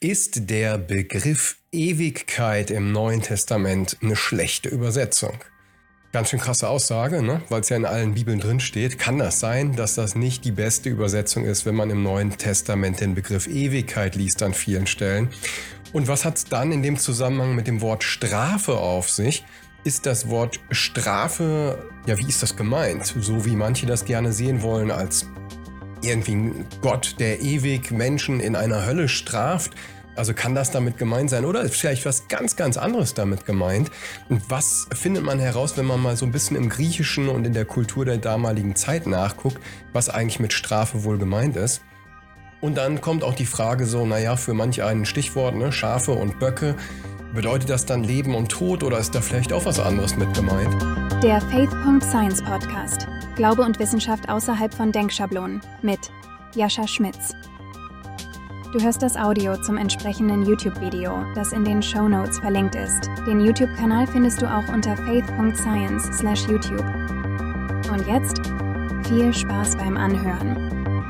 Ist der Begriff Ewigkeit im Neuen Testament eine schlechte Übersetzung? Ganz schön krasse Aussage, ne? Weil es ja in allen Bibeln drin steht. Kann das sein, dass das nicht die beste Übersetzung ist, wenn man im Neuen Testament den Begriff Ewigkeit liest an vielen Stellen? Und was hat es dann in dem Zusammenhang mit dem Wort Strafe auf sich? Ist das Wort Strafe, ja, wie ist das gemeint? So wie manche das gerne sehen wollen als irgendwie ein Gott, der ewig Menschen in einer Hölle straft. Also kann das damit gemeint sein? Oder ist vielleicht was ganz, ganz anderes damit gemeint? Und was findet man heraus, wenn man mal so ein bisschen im Griechischen und in der Kultur der damaligen Zeit nachguckt, was eigentlich mit Strafe wohl gemeint ist? Und dann kommt auch die Frage so, naja, für manch ein Stichwort, ne, Schafe und Böcke, bedeutet das dann Leben und Tod oder ist da vielleicht auch was anderes mit gemeint? Der Faith.Science Podcast. Glaube und Wissenschaft außerhalb von Denkschablonen mit Jascha Schmitz. Du hörst das Audio zum entsprechenden YouTube-Video, das in den Shownotes verlinkt ist. Den YouTube-Kanal findest du auch unter faith.science/YouTube. Und jetzt viel Spaß beim Anhören.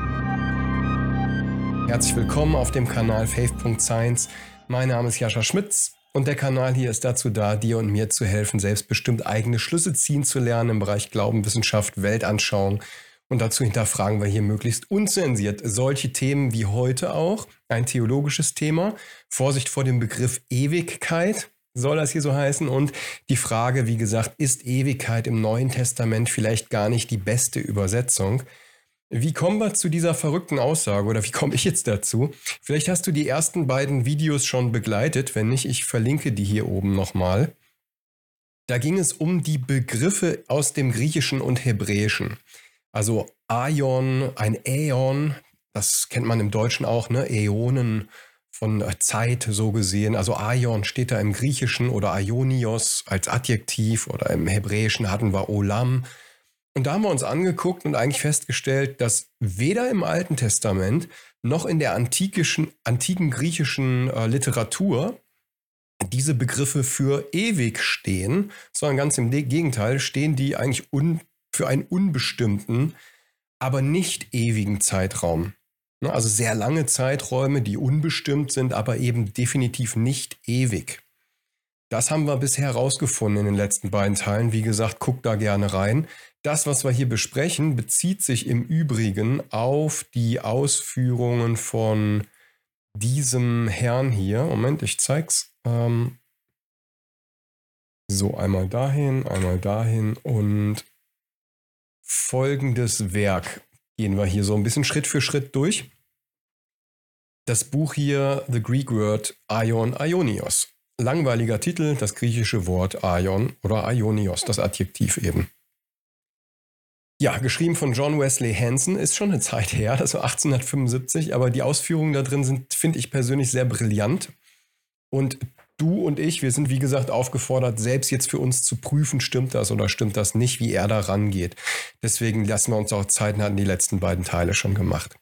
Herzlich willkommen auf dem Kanal Faith.Science. Mein Name ist Jascha Schmitz. Und der Kanal hier ist dazu da, dir und mir zu helfen, selbstbestimmt eigene Schlüsse ziehen zu lernen im Bereich Glauben, Wissenschaft, Weltanschauung. Und dazu hinterfragen wir hier möglichst unzensiert solche Themen wie heute auch. Ein theologisches Thema. Vorsicht vor dem Begriff Ewigkeit soll das hier so heißen. Und die Frage, wie gesagt, ist Ewigkeit im Neuen Testament vielleicht gar nicht die beste Übersetzung? Wie kommen wir zu dieser verrückten Aussage oder wie komme ich jetzt dazu? Vielleicht hast du die ersten beiden Videos schon begleitet. Wenn nicht, ich verlinke die hier oben nochmal. Da ging es um die Begriffe aus dem Griechischen und Hebräischen. Also Aion, ein Äon, das kennt man im Deutschen auch, ne? Äonen von Zeit so gesehen. Also Aion steht da im Griechischen oder Aionios als Adjektiv oder im Hebräischen hatten wir Olam. Und da haben wir uns angeguckt und eigentlich festgestellt, dass weder im Alten Testament noch in der antiken griechischen Literatur diese Begriffe für ewig stehen, sondern ganz im Gegenteil stehen die eigentlich für einen unbestimmten, aber nicht ewigen Zeitraum. Also sehr lange Zeiträume, die unbestimmt sind, aber eben definitiv nicht ewig. Das haben wir bisher herausgefunden in den letzten beiden Teilen. Wie gesagt, guck da gerne rein. Das, was wir hier besprechen, bezieht sich im Übrigen auf die Ausführungen von diesem Herrn hier. Moment, ich zeig's. So, einmal dahin und folgendes Werk gehen wir hier so ein bisschen Schritt für Schritt durch. Das Buch hier, The Greek Word Aion Aionios. Langweiliger Titel, das griechische Wort Aion oder Aionios, das Adjektiv eben. Ja, geschrieben von John Wesley Hanson, ist schon eine Zeit her, also 1875, aber die Ausführungen da drin sind, finde ich persönlich sehr brillant. Und du und ich, wir sind wie gesagt aufgefordert, selbst jetzt für uns zu prüfen, stimmt das oder stimmt das nicht, wie er da rangeht. Deswegen lassen wir uns auch Zeit, hatten die letzten beiden Teile schon gemacht.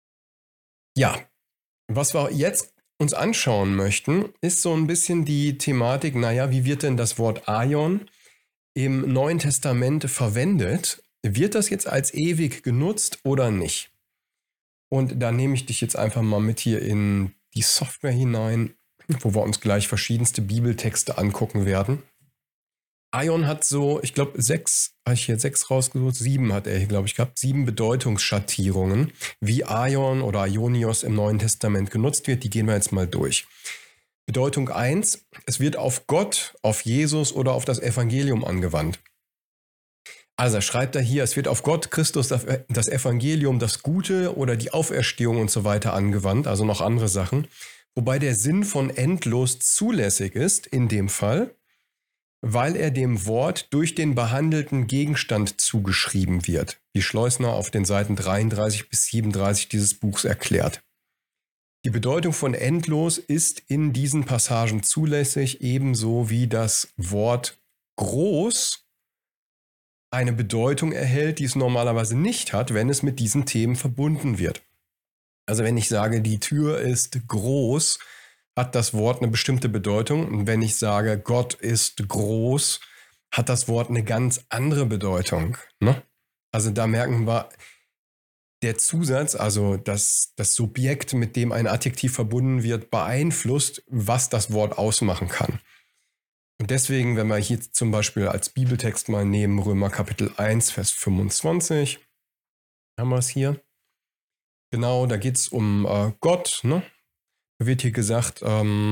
Ja, was wir jetzt uns anschauen möchten, ist so ein bisschen die Thematik, naja, wie wird denn das Wort Aion im Neuen Testament verwendet? Wird das jetzt als ewig genutzt oder nicht? Und da nehme ich dich jetzt einfach mal mit hier in die Software hinein, wo wir uns gleich verschiedenste Bibeltexte angucken werden. Aion hat so, ich glaube, 6 rausgesucht, 7 hat er hier, glaube ich, gehabt, 7 Bedeutungsschattierungen, wie Aion oder Aionios im Neuen Testament genutzt wird. Die gehen wir jetzt mal durch. Bedeutung 1, es wird auf Gott, auf Jesus oder auf das Evangelium angewandt. Also schreibt er hier, es wird auf Gott, Christus, das Evangelium, das Gute oder die Auferstehung und so weiter angewandt, also noch andere Sachen. Wobei der Sinn von endlos zulässig ist, in dem Fall, weil er dem Wort durch den behandelten Gegenstand zugeschrieben wird, wie Schleusner auf den Seiten 33 bis 37 dieses Buchs erklärt. Die Bedeutung von endlos ist in diesen Passagen zulässig, ebenso wie das Wort groß eine Bedeutung erhält, die es normalerweise nicht hat, wenn es mit diesen Themen verbunden wird. Also wenn ich sage, die Tür ist groß, hat das Wort eine bestimmte Bedeutung. Und wenn ich sage, Gott ist groß, hat das Wort eine ganz andere Bedeutung. Ne? Also da merken wir, der Zusatz, also das Subjekt, mit dem ein Adjektiv verbunden wird, beeinflusst, was das Wort ausmachen kann. Und deswegen, wenn wir hier zum Beispiel als Bibeltext mal nehmen, Römer Kapitel 1, Vers 25, haben wir es hier. Genau, da geht es um Gott. Ne? Da wird hier gesagt,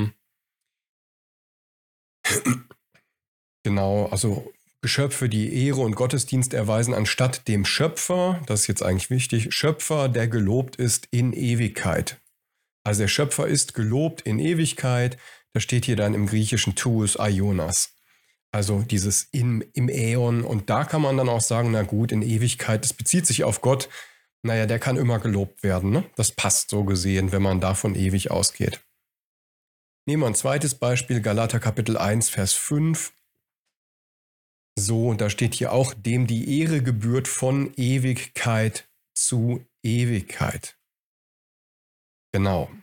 genau, also Geschöpfe, die Ehre und Gottesdienst erweisen anstatt dem Schöpfer, das ist jetzt eigentlich wichtig, Schöpfer, der gelobt ist in Ewigkeit. Also der Schöpfer ist gelobt in Ewigkeit. Da steht hier dann im Griechischen Tuos Aionas. Also dieses im Äon. Und da kann man dann auch sagen, na gut, in Ewigkeit, das bezieht sich auf Gott. Naja, der kann immer gelobt werden. Ne? Das passt so gesehen, wenn man davon ewig ausgeht. Nehmen wir ein zweites Beispiel, Galater Kapitel 1, Vers 5. So, da steht hier auch, dem die Ehre gebührt von Ewigkeit zu Ewigkeit. Genau.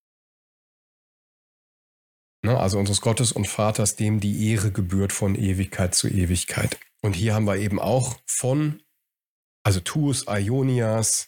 Ne, also unseres Gottes und Vaters, dem die Ehre gebührt von Ewigkeit zu Ewigkeit. Und hier haben wir eben auch von, also Tuos Aionias,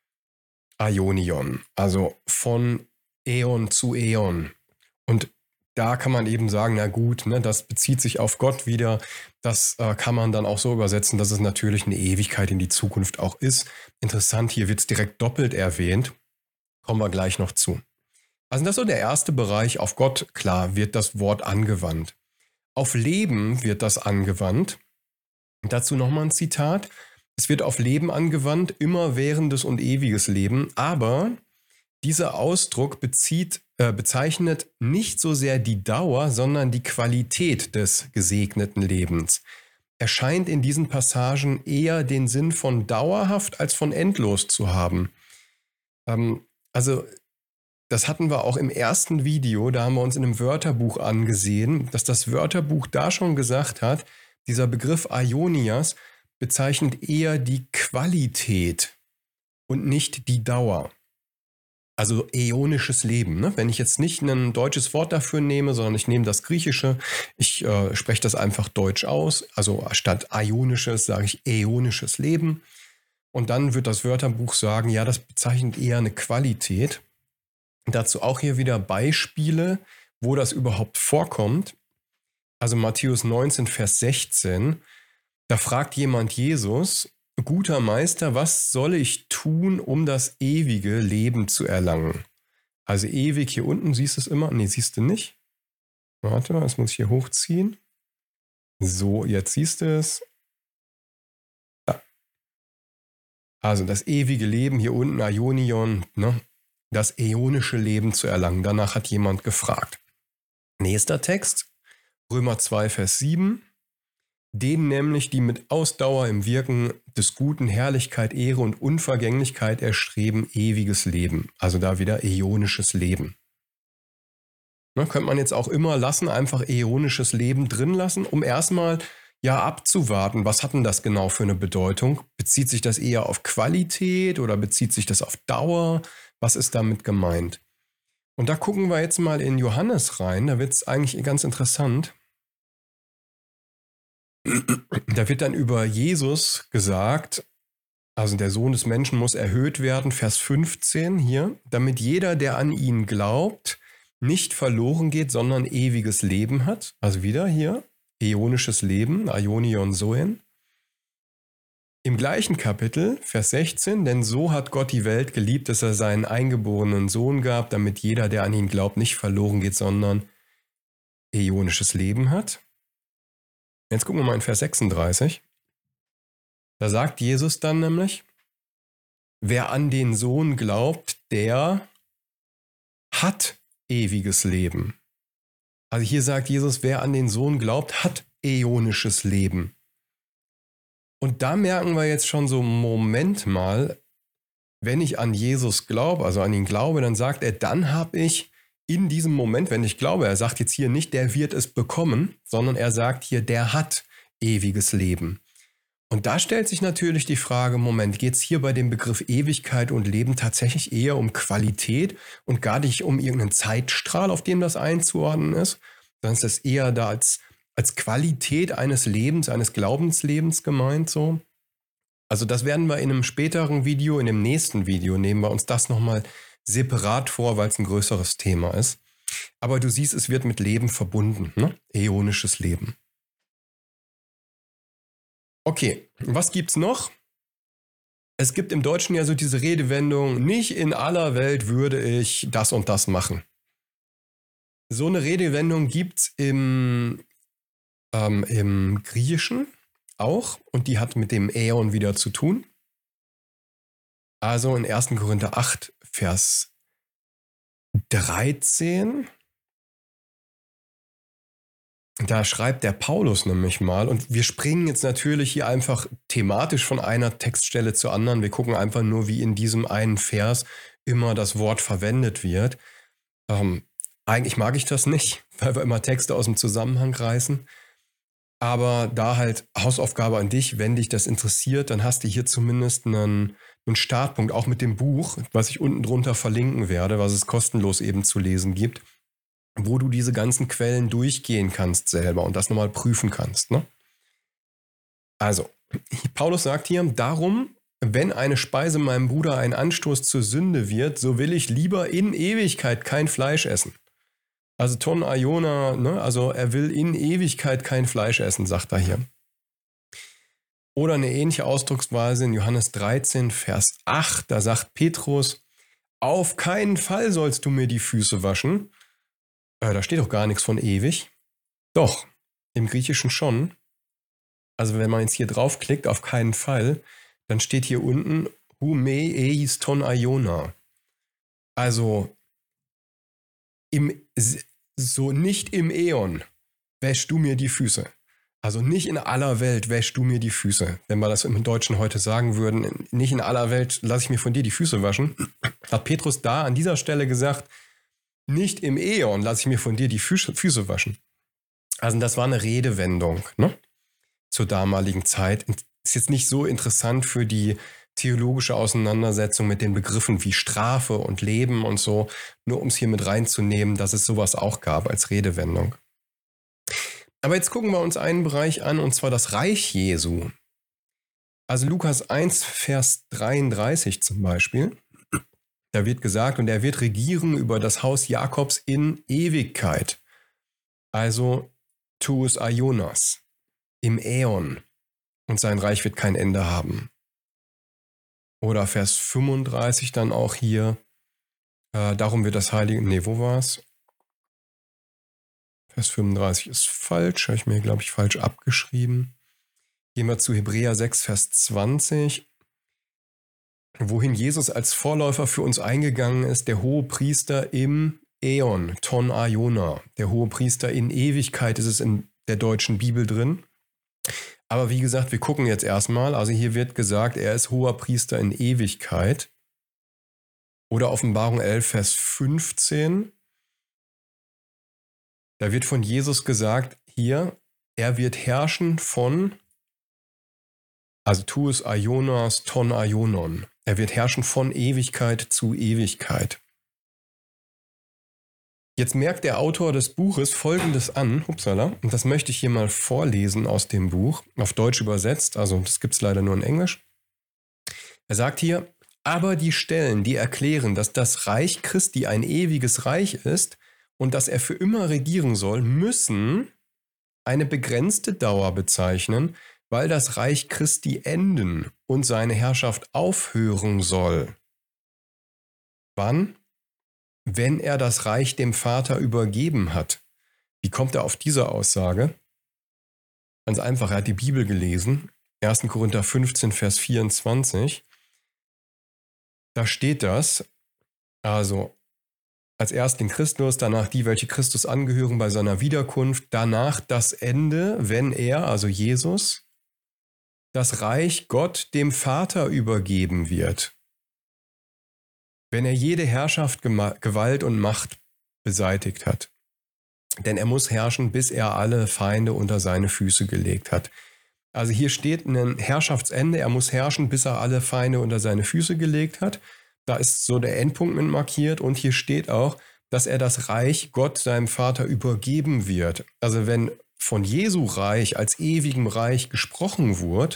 Aionion, also von Äon zu Äon. Und da kann man eben sagen, na gut, ne, das bezieht sich auf Gott wieder. Das kann man dann auch so übersetzen, dass es natürlich eine Ewigkeit in die Zukunft auch ist. Interessant, hier wird es direkt doppelt erwähnt. Kommen wir gleich noch zu. Also das ist so der erste Bereich. Auf Gott, klar, wird das Wort angewandt. Auf Leben wird das angewandt. Und dazu nochmal ein Zitat. Es wird auf Leben angewandt, immerwährendes und ewiges Leben. Aber dieser Ausdruck bezeichnet nicht so sehr die Dauer, sondern die Qualität des gesegneten Lebens. Er scheint in diesen Passagen eher den Sinn von dauerhaft als von endlos zu haben. Also das hatten wir auch im ersten Video, da haben wir uns in einem Wörterbuch angesehen, dass das Wörterbuch da schon gesagt hat, dieser Begriff Aionias bezeichnet eher die Qualität und nicht die Dauer. Also äonisches Leben. Ne? Wenn ich jetzt nicht ein deutsches Wort dafür nehme, sondern ich nehme das Griechische, ich spreche das einfach deutsch aus, also statt aionisches sage ich äonisches Leben. Und dann wird das Wörterbuch sagen, ja, das bezeichnet eher eine Qualität. Dazu auch hier wieder Beispiele, wo das überhaupt vorkommt. Also Matthäus 19, Vers 16, da fragt jemand Jesus, guter Meister, was soll ich tun, um das ewige Leben zu erlangen? Also ewig hier unten, siehst du es immer? Nee, siehst du nicht. Warte mal, das muss ich hier hochziehen. So, jetzt siehst du es. Ja. Also das ewige Leben hier unten, Aionion, ne? Das äonische Leben zu erlangen. Danach hat jemand gefragt. Nächster Text, Römer 2, Vers 7. Denen nämlich, die mit Ausdauer im Wirken des Guten Herrlichkeit, Ehre und Unvergänglichkeit erstreben, ewiges Leben. Also da wieder äonisches Leben. Ne, könnte man jetzt auch immer lassen, einfach äonisches Leben drin lassen, um erstmal ja abzuwarten, was hat denn das genau für eine Bedeutung? Bezieht sich das eher auf Qualität oder bezieht sich das auf Dauer? Was ist damit gemeint? Und da gucken wir jetzt mal in Johannes rein, da wird es eigentlich ganz interessant. Da wird dann über Jesus gesagt, also der Sohn des Menschen muss erhöht werden, Vers 15 hier, damit jeder, der an ihn glaubt, nicht verloren geht, sondern ewiges Leben hat. Also wieder hier, äonisches Leben, Aionion Zoen. Im gleichen Kapitel, Vers 16, denn so hat Gott die Welt geliebt, dass er seinen eingeborenen Sohn gab, damit jeder, der an ihn glaubt, nicht verloren geht, sondern äonisches Leben hat. Jetzt gucken wir mal in Vers 36. Da sagt Jesus dann nämlich, wer an den Sohn glaubt, der hat ewiges Leben. Also hier sagt Jesus, wer an den Sohn glaubt, hat äonisches Leben. Und da merken wir jetzt schon so, Moment mal, wenn ich an Jesus glaube, also an ihn glaube, dann sagt er, dann habe ich in diesem Moment, wenn ich glaube, er sagt jetzt hier nicht, der wird es bekommen, sondern er sagt hier, der hat ewiges Leben. Und da stellt sich natürlich die Frage, Moment, geht es hier bei dem Begriff Ewigkeit und Leben tatsächlich eher um Qualität und gar nicht um irgendeinen Zeitstrahl, auf dem das einzuordnen ist, sondern ist das eher da als Qualität eines Lebens, eines Glaubenslebens gemeint so? Also das werden wir in einem späteren Video, in dem nächsten Video, nehmen wir uns das nochmal separat vor, weil es ein größeres Thema ist. Aber du siehst, es wird mit Leben verbunden, ne? Äonisches Leben. Okay, was gibt's noch? Es gibt im Deutschen ja so diese Redewendung, nicht in aller Welt würde ich das und das machen. So eine Redewendung gibt's im Griechischen auch und die hat mit dem Äon wieder zu tun. Also in 1. Korinther 8, Vers 13, da schreibt der Paulus nämlich mal, und wir springen jetzt natürlich hier einfach thematisch von einer Textstelle zur anderen. Wir gucken einfach nur, wie in diesem einen Vers immer das Wort verwendet wird. Eigentlich mag ich das nicht, weil wir immer Texte aus dem Zusammenhang reißen. Aber da halt Hausaufgabe an dich, wenn dich das interessiert, dann hast du hier zumindest einen Startpunkt, auch mit dem Buch, was ich unten drunter verlinken werde, was es kostenlos eben zu lesen gibt, wo du diese ganzen Quellen durchgehen kannst selber und das nochmal prüfen kannst. Ne? Also, Paulus sagt hier, darum, wenn eine Speise meinem Bruder ein Anstoß zur Sünde wird, so will ich lieber in Ewigkeit kein Fleisch essen. Also ton aiona, ne? Also er will in Ewigkeit kein Fleisch essen, sagt er hier. Oder eine ähnliche Ausdrucksweise in Johannes 13, Vers 8, da sagt Petrus, auf keinen Fall sollst du mir die Füße waschen. Da steht doch gar nichts von ewig. Doch, im Griechischen schon. Also wenn man jetzt hier draufklickt, auf keinen Fall, dann steht hier unten, hu me eis ton aiona. Also so nicht im Äon wäschst du mir die Füße. Also nicht in aller Welt wäschst du mir die Füße. Wenn wir das im Deutschen heute sagen würden, nicht in aller Welt lasse ich mir von dir die Füße waschen, hat Petrus da an dieser Stelle gesagt, nicht im Äon lasse ich mir von dir die Füße waschen. Also das war eine Redewendung, ne? Zur damaligen Zeit. Ist jetzt nicht so interessant für die theologische Auseinandersetzung mit den Begriffen wie Strafe und Leben und so, nur um es hier mit reinzunehmen, dass es sowas auch gab als Redewendung. Aber jetzt gucken wir uns einen Bereich an, und zwar das Reich Jesu. Also Lukas 1, Vers 33 zum Beispiel. Da wird gesagt, und er wird regieren über das Haus Jakobs in Ewigkeit. Also tuus aionas, im Äon. Und sein Reich wird kein Ende haben. Oder Vers 35 dann auch hier. Darum wird das Heilige... Nee, wo war es? Vers 35 ist falsch. Habe ich mir, glaube ich, falsch abgeschrieben. Gehen wir zu Hebräer 6, Vers 20. Wohin Jesus als Vorläufer für uns eingegangen ist, der Hohepriester im Äon, ton aiona. Der Hohepriester in Ewigkeit ist es in der deutschen Bibel drin. Aber wie gesagt, wir gucken jetzt erstmal. Also hier wird gesagt, er ist Hoherpriester in Ewigkeit. Oder Offenbarung 11, Vers 15. Da wird von Jesus gesagt, hier, er wird herrschen von, also tuus aionas ton aionon. Er wird herrschen von Ewigkeit zu Ewigkeit. Jetzt merkt der Autor des Buches Folgendes an, upsala, und das möchte ich hier mal vorlesen aus dem Buch, auf Deutsch übersetzt, also das gibt es leider nur in Englisch. Er sagt hier, aber die Stellen, die erklären, dass das Reich Christi ein ewiges Reich ist und dass er für immer regieren soll, müssen eine begrenzte Dauer bezeichnen, weil das Reich Christi enden und seine Herrschaft aufhören soll. Wann? Wenn er das Reich dem Vater übergeben hat. Wie kommt er auf diese Aussage? Ganz einfach, er hat die Bibel gelesen, 1. Korinther 15, Vers 24. Da steht das, also als Erstling Christus, danach die, welche Christus angehören bei seiner Wiederkunft, danach das Ende, wenn er, also Jesus, das Reich Gott dem Vater übergeben wird. Wenn er jede Herrschaft, Gewalt und Macht beseitigt hat. Denn er muss herrschen, bis er alle Feinde unter seine Füße gelegt hat. Also hier steht ein Herrschaftsende, er muss herrschen, bis er alle Feinde unter seine Füße gelegt hat. Da ist so der Endpunkt mit markiert und hier steht auch, dass er das Reich Gott seinem Vater übergeben wird. Also wenn von Jesu Reich als ewigem Reich gesprochen wird,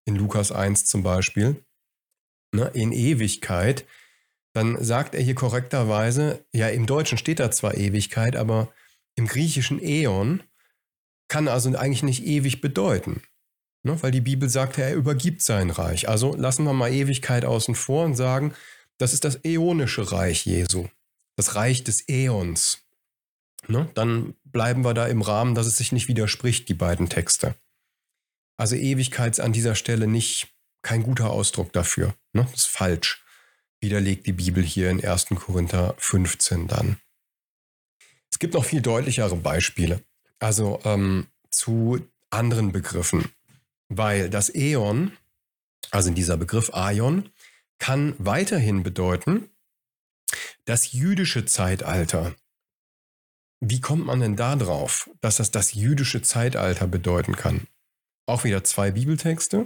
in Lukas 1 zum Beispiel, ne, in Ewigkeit, dann sagt er hier korrekterweise, ja, im Deutschen steht da zwar Ewigkeit, aber im Griechischen Äon kann also eigentlich nicht ewig bedeuten, ne, weil die Bibel sagt, er übergibt sein Reich. Also lassen wir mal Ewigkeit außen vor und sagen, das ist das äonische Reich Jesu, das Reich des Äons. Ne, dann bleiben wir da im Rahmen, dass es sich nicht widerspricht, die beiden Texte. Also Ewigkeit ist an dieser Stelle kein guter Ausdruck dafür. Ne, das ist falsch. Widerlegt die Bibel hier in 1. Korinther 15 dann. Es gibt noch viel deutlichere Beispiele, also zu anderen Begriffen, weil das Äon, also dieser Begriff Aion, kann weiterhin bedeuten, das jüdische Zeitalter. Wie kommt man denn da drauf, dass das jüdische Zeitalter bedeuten kann? Auch wieder 2 Bibeltexte.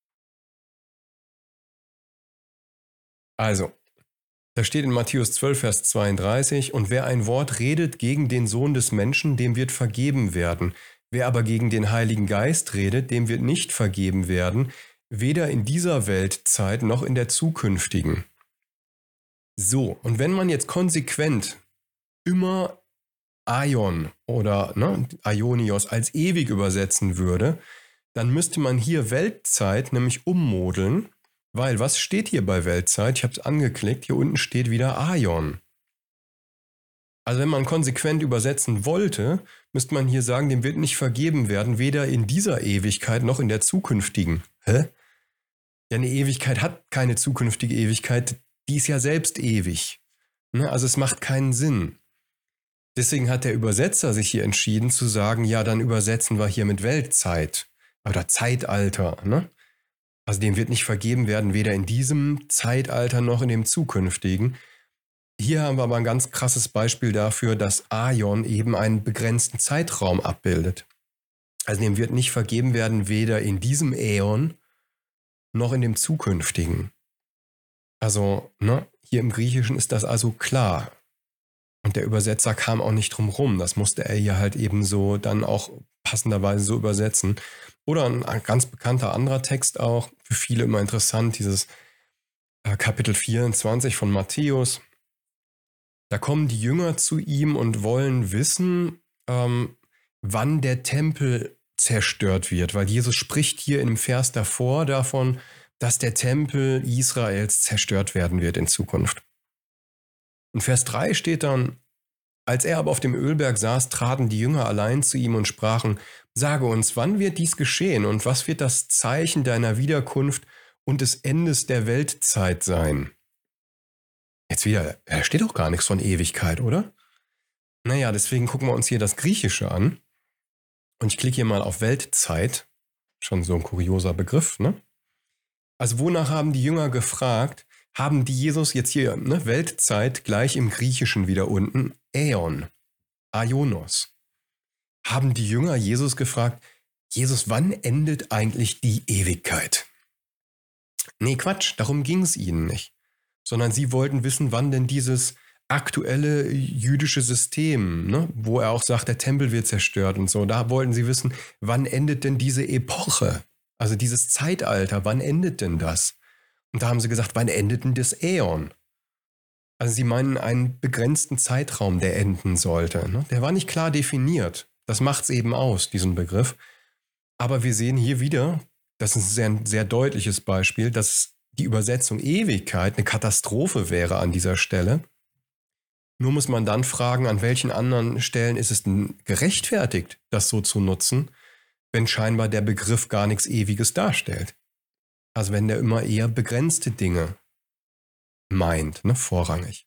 Also, da steht in Matthäus 12, Vers 32, und wer ein Wort redet gegen den Sohn des Menschen, dem wird vergeben werden. Wer aber gegen den Heiligen Geist redet, dem wird nicht vergeben werden, weder in dieser Weltzeit noch in der zukünftigen. So, und wenn man jetzt konsequent immer Aion oder Aionios als ewig übersetzen würde, dann müsste man hier Weltzeit nämlich ummodeln. Weil, was steht hier bei Weltzeit? Ich habe es angeklickt, hier unten steht wieder Aion. Also wenn man konsequent übersetzen wollte, müsste man hier sagen, dem wird nicht vergeben werden, weder in dieser Ewigkeit noch in der zukünftigen. Hä? Ja, eine Ewigkeit hat keine zukünftige Ewigkeit, die ist ja selbst ewig. Ne? Also es macht keinen Sinn. Deswegen hat der Übersetzer sich hier entschieden zu sagen, ja, dann übersetzen wir hier mit Weltzeit oder Zeitalter, ne? Also dem wird nicht vergeben werden, weder in diesem Zeitalter noch in dem zukünftigen. Hier haben wir aber ein ganz krasses Beispiel dafür, dass Aion eben einen begrenzten Zeitraum abbildet. Also dem wird nicht vergeben werden, weder in diesem Äon noch in dem zukünftigen. Also hier im Griechischen ist das also klar. Und der Übersetzer kam auch nicht drum rum. Das musste er hier halt eben so dann auch passenderweise so übersetzen. Oder ein ganz bekannter anderer Text auch, für viele immer interessant, dieses Kapitel 24 von Matthäus. Da kommen die Jünger zu ihm und wollen wissen, wann der Tempel zerstört wird. Weil Jesus spricht hier im Vers davor davon, dass der Tempel Israels zerstört werden wird in Zukunft. In Vers 3 steht dann, als er aber auf dem Ölberg saß, traten die Jünger allein zu ihm und sprachen, sage uns, wann wird dies geschehen und was wird das Zeichen deiner Wiederkunft und des Endes der Weltzeit sein? Jetzt wieder, da steht doch gar nichts von Ewigkeit, oder? Naja, deswegen gucken wir uns hier das Griechische an. Und ich klicke hier mal auf Weltzeit. Schon so ein kurioser Begriff, ne? Also wonach haben die Jünger gefragt? Haben die Jesus jetzt hier, Weltzeit, gleich im Griechischen wieder unten, Äon, Aionos. Haben die Jünger Jesus gefragt, Jesus, wann endet eigentlich die Ewigkeit? Nee, Quatsch, darum ging es ihnen nicht. Sondern sie wollten wissen, wann denn dieses aktuelle jüdische System, wo er auch sagt, der Tempel wird zerstört und so, da wollten sie wissen, wann endet denn diese Epoche, also dieses Zeitalter, wann endet denn das? Und da haben sie gesagt, wann endet denn das Äon? Also sie meinen einen begrenzten Zeitraum, der enden sollte. Ne? Der war nicht klar definiert. Das macht es eben aus, diesen Begriff. Aber wir sehen hier wieder, das ist ein sehr deutliches Beispiel, dass die Übersetzung Ewigkeit eine Katastrophe wäre an dieser Stelle. Nur muss man dann fragen, an welchen anderen Stellen ist es denn gerechtfertigt, das so zu nutzen, wenn scheinbar der Begriff gar nichts Ewiges darstellt. Also wenn der immer eher begrenzte Dinge meint, vorrangig.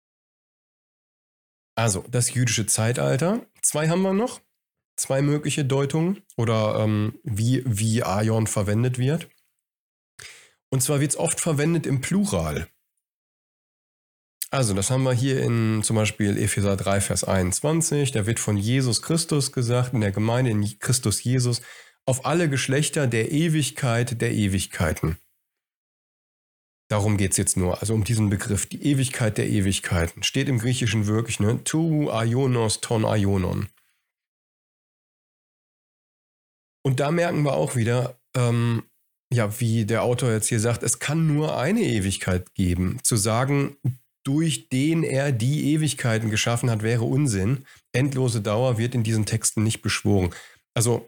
Also das jüdische Zeitalter, 2 haben wir noch, 2 mögliche Deutungen oder wie Aion verwendet wird. Und zwar wird es oft verwendet im Plural. Also das haben wir hier in zum Beispiel Epheser 3, Vers 21, da wird von Jesus Christus gesagt, in der Gemeinde in Christus Jesus, auf alle Geschlechter der Ewigkeit der Ewigkeiten. Darum geht es jetzt nur, also um diesen Begriff, die Ewigkeit der Ewigkeiten. Steht im Griechischen wirklich, tu aionos ton aionon. Und da merken wir auch wieder, ja, wie der Autor jetzt hier sagt, es kann nur eine Ewigkeit geben. Zu sagen, durch den er die Ewigkeiten geschaffen hat, wäre Unsinn. Endlose Dauer wird in diesen Texten nicht beschworen. Also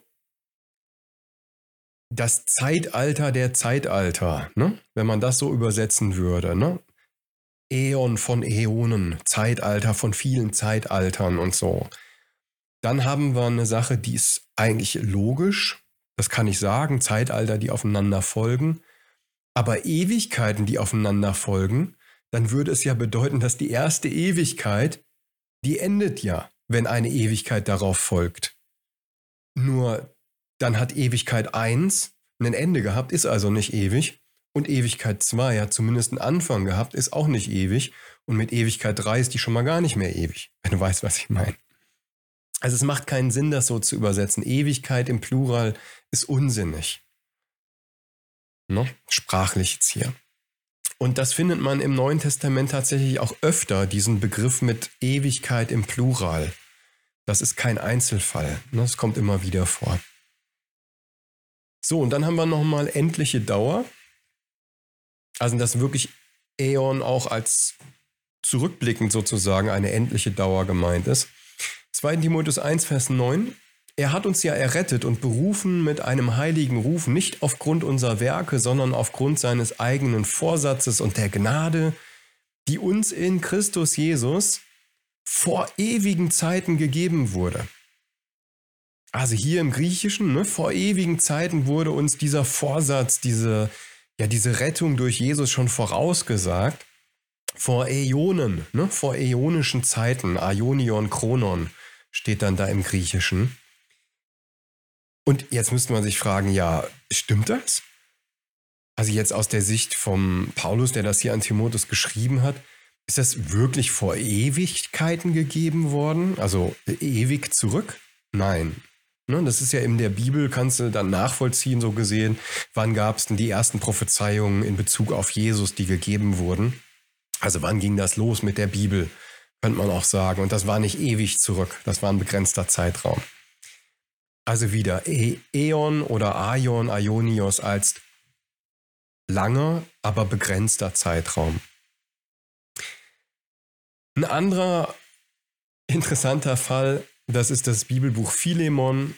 das Zeitalter der Zeitalter, ne? Wenn man das so übersetzen würde, ne? Äon von Äonen, Zeitalter von vielen Zeitaltern und so. Dann haben wir eine Sache, die ist eigentlich logisch. Das kann ich sagen, Zeitalter, die aufeinander folgen. Aber Ewigkeiten, die aufeinander folgen, dann würde es ja bedeuten, dass die erste Ewigkeit, die endet ja, wenn eine Ewigkeit darauf folgt. Nur dann hat Ewigkeit 1 ein Ende gehabt, ist also nicht ewig. Und Ewigkeit 2 hat zumindest einen Anfang gehabt, ist auch nicht ewig. Und mit Ewigkeit 3 ist die schon mal gar nicht mehr ewig, wenn du weißt, was ich meine. Also es macht keinen Sinn, das so zu übersetzen. Ewigkeit im Plural ist unsinnig. Ne? Sprachlich jetzt hier. Und das findet man im Neuen Testament tatsächlich auch öfter, diesen Begriff mit Ewigkeit im Plural. Das ist kein Einzelfall. Ne? Das kommt immer wieder vor. So, und dann haben wir nochmal endliche Dauer. Also dass wirklich Äon auch als zurückblickend sozusagen eine endliche Dauer gemeint ist. 2. Timotheus 1, Vers 9. Er hat uns ja errettet und berufen mit einem heiligen Ruf, nicht aufgrund unserer Werke, sondern aufgrund seines eigenen Vorsatzes und der Gnade, die uns in Christus Jesus vor ewigen Zeiten gegeben wurde. Also hier im Griechischen, ne, vor ewigen Zeiten wurde uns dieser Vorsatz, diese Rettung durch Jesus schon vorausgesagt. Vor Äonen, ne, vor äonischen Zeiten, Aionion, Chronon steht dann da im Griechischen. Und jetzt müsste man sich fragen, ja, stimmt das? Also jetzt aus der Sicht vom Paulus, der das hier an Timotheus geschrieben hat, ist das wirklich vor Ewigkeiten gegeben worden? Also ewig zurück? Nein. Ne, das ist ja in der Bibel, kannst du dann nachvollziehen, so gesehen, wann gab es denn die ersten Prophezeiungen in Bezug auf Jesus, die gegeben wurden? Also wann ging das los mit der Bibel, könnte man auch sagen. Und das war nicht ewig zurück, das war ein begrenzter Zeitraum. Also wieder Äon oder Aion, Aionios als langer, aber begrenzter Zeitraum. Ein anderer interessanter Fall, das ist das Bibelbuch Philemon,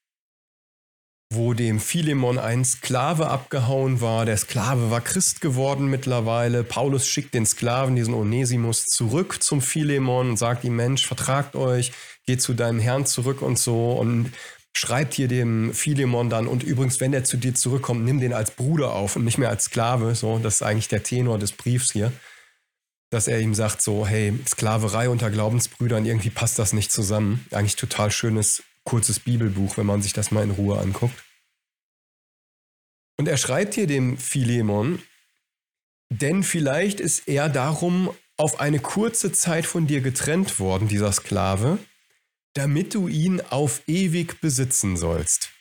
wo dem Philemon ein Sklave abgehauen war. Der Sklave war Christ geworden mittlerweile. Paulus schickt den Sklaven, diesen Onesimus, zurück zum Philemon und sagt ihm, Mensch, vertragt euch, geht zu deinem Herrn zurück und so, und schreibt hier dem Philemon dann, und übrigens, wenn der zu dir zurückkommt, nimm den als Bruder auf und nicht mehr als Sklave. So, das ist eigentlich der Tenor des Briefs hier, dass er ihm sagt so, hey, Sklaverei unter Glaubensbrüdern, irgendwie passt das nicht zusammen. Eigentlich total schönes, kurzes Bibelbuch, wenn man sich das mal in Ruhe anguckt. Und er schreibt hier dem Philemon, denn vielleicht ist er darum auf eine kurze Zeit von dir getrennt worden, dieser Sklave, damit du ihn auf ewig besitzen sollst.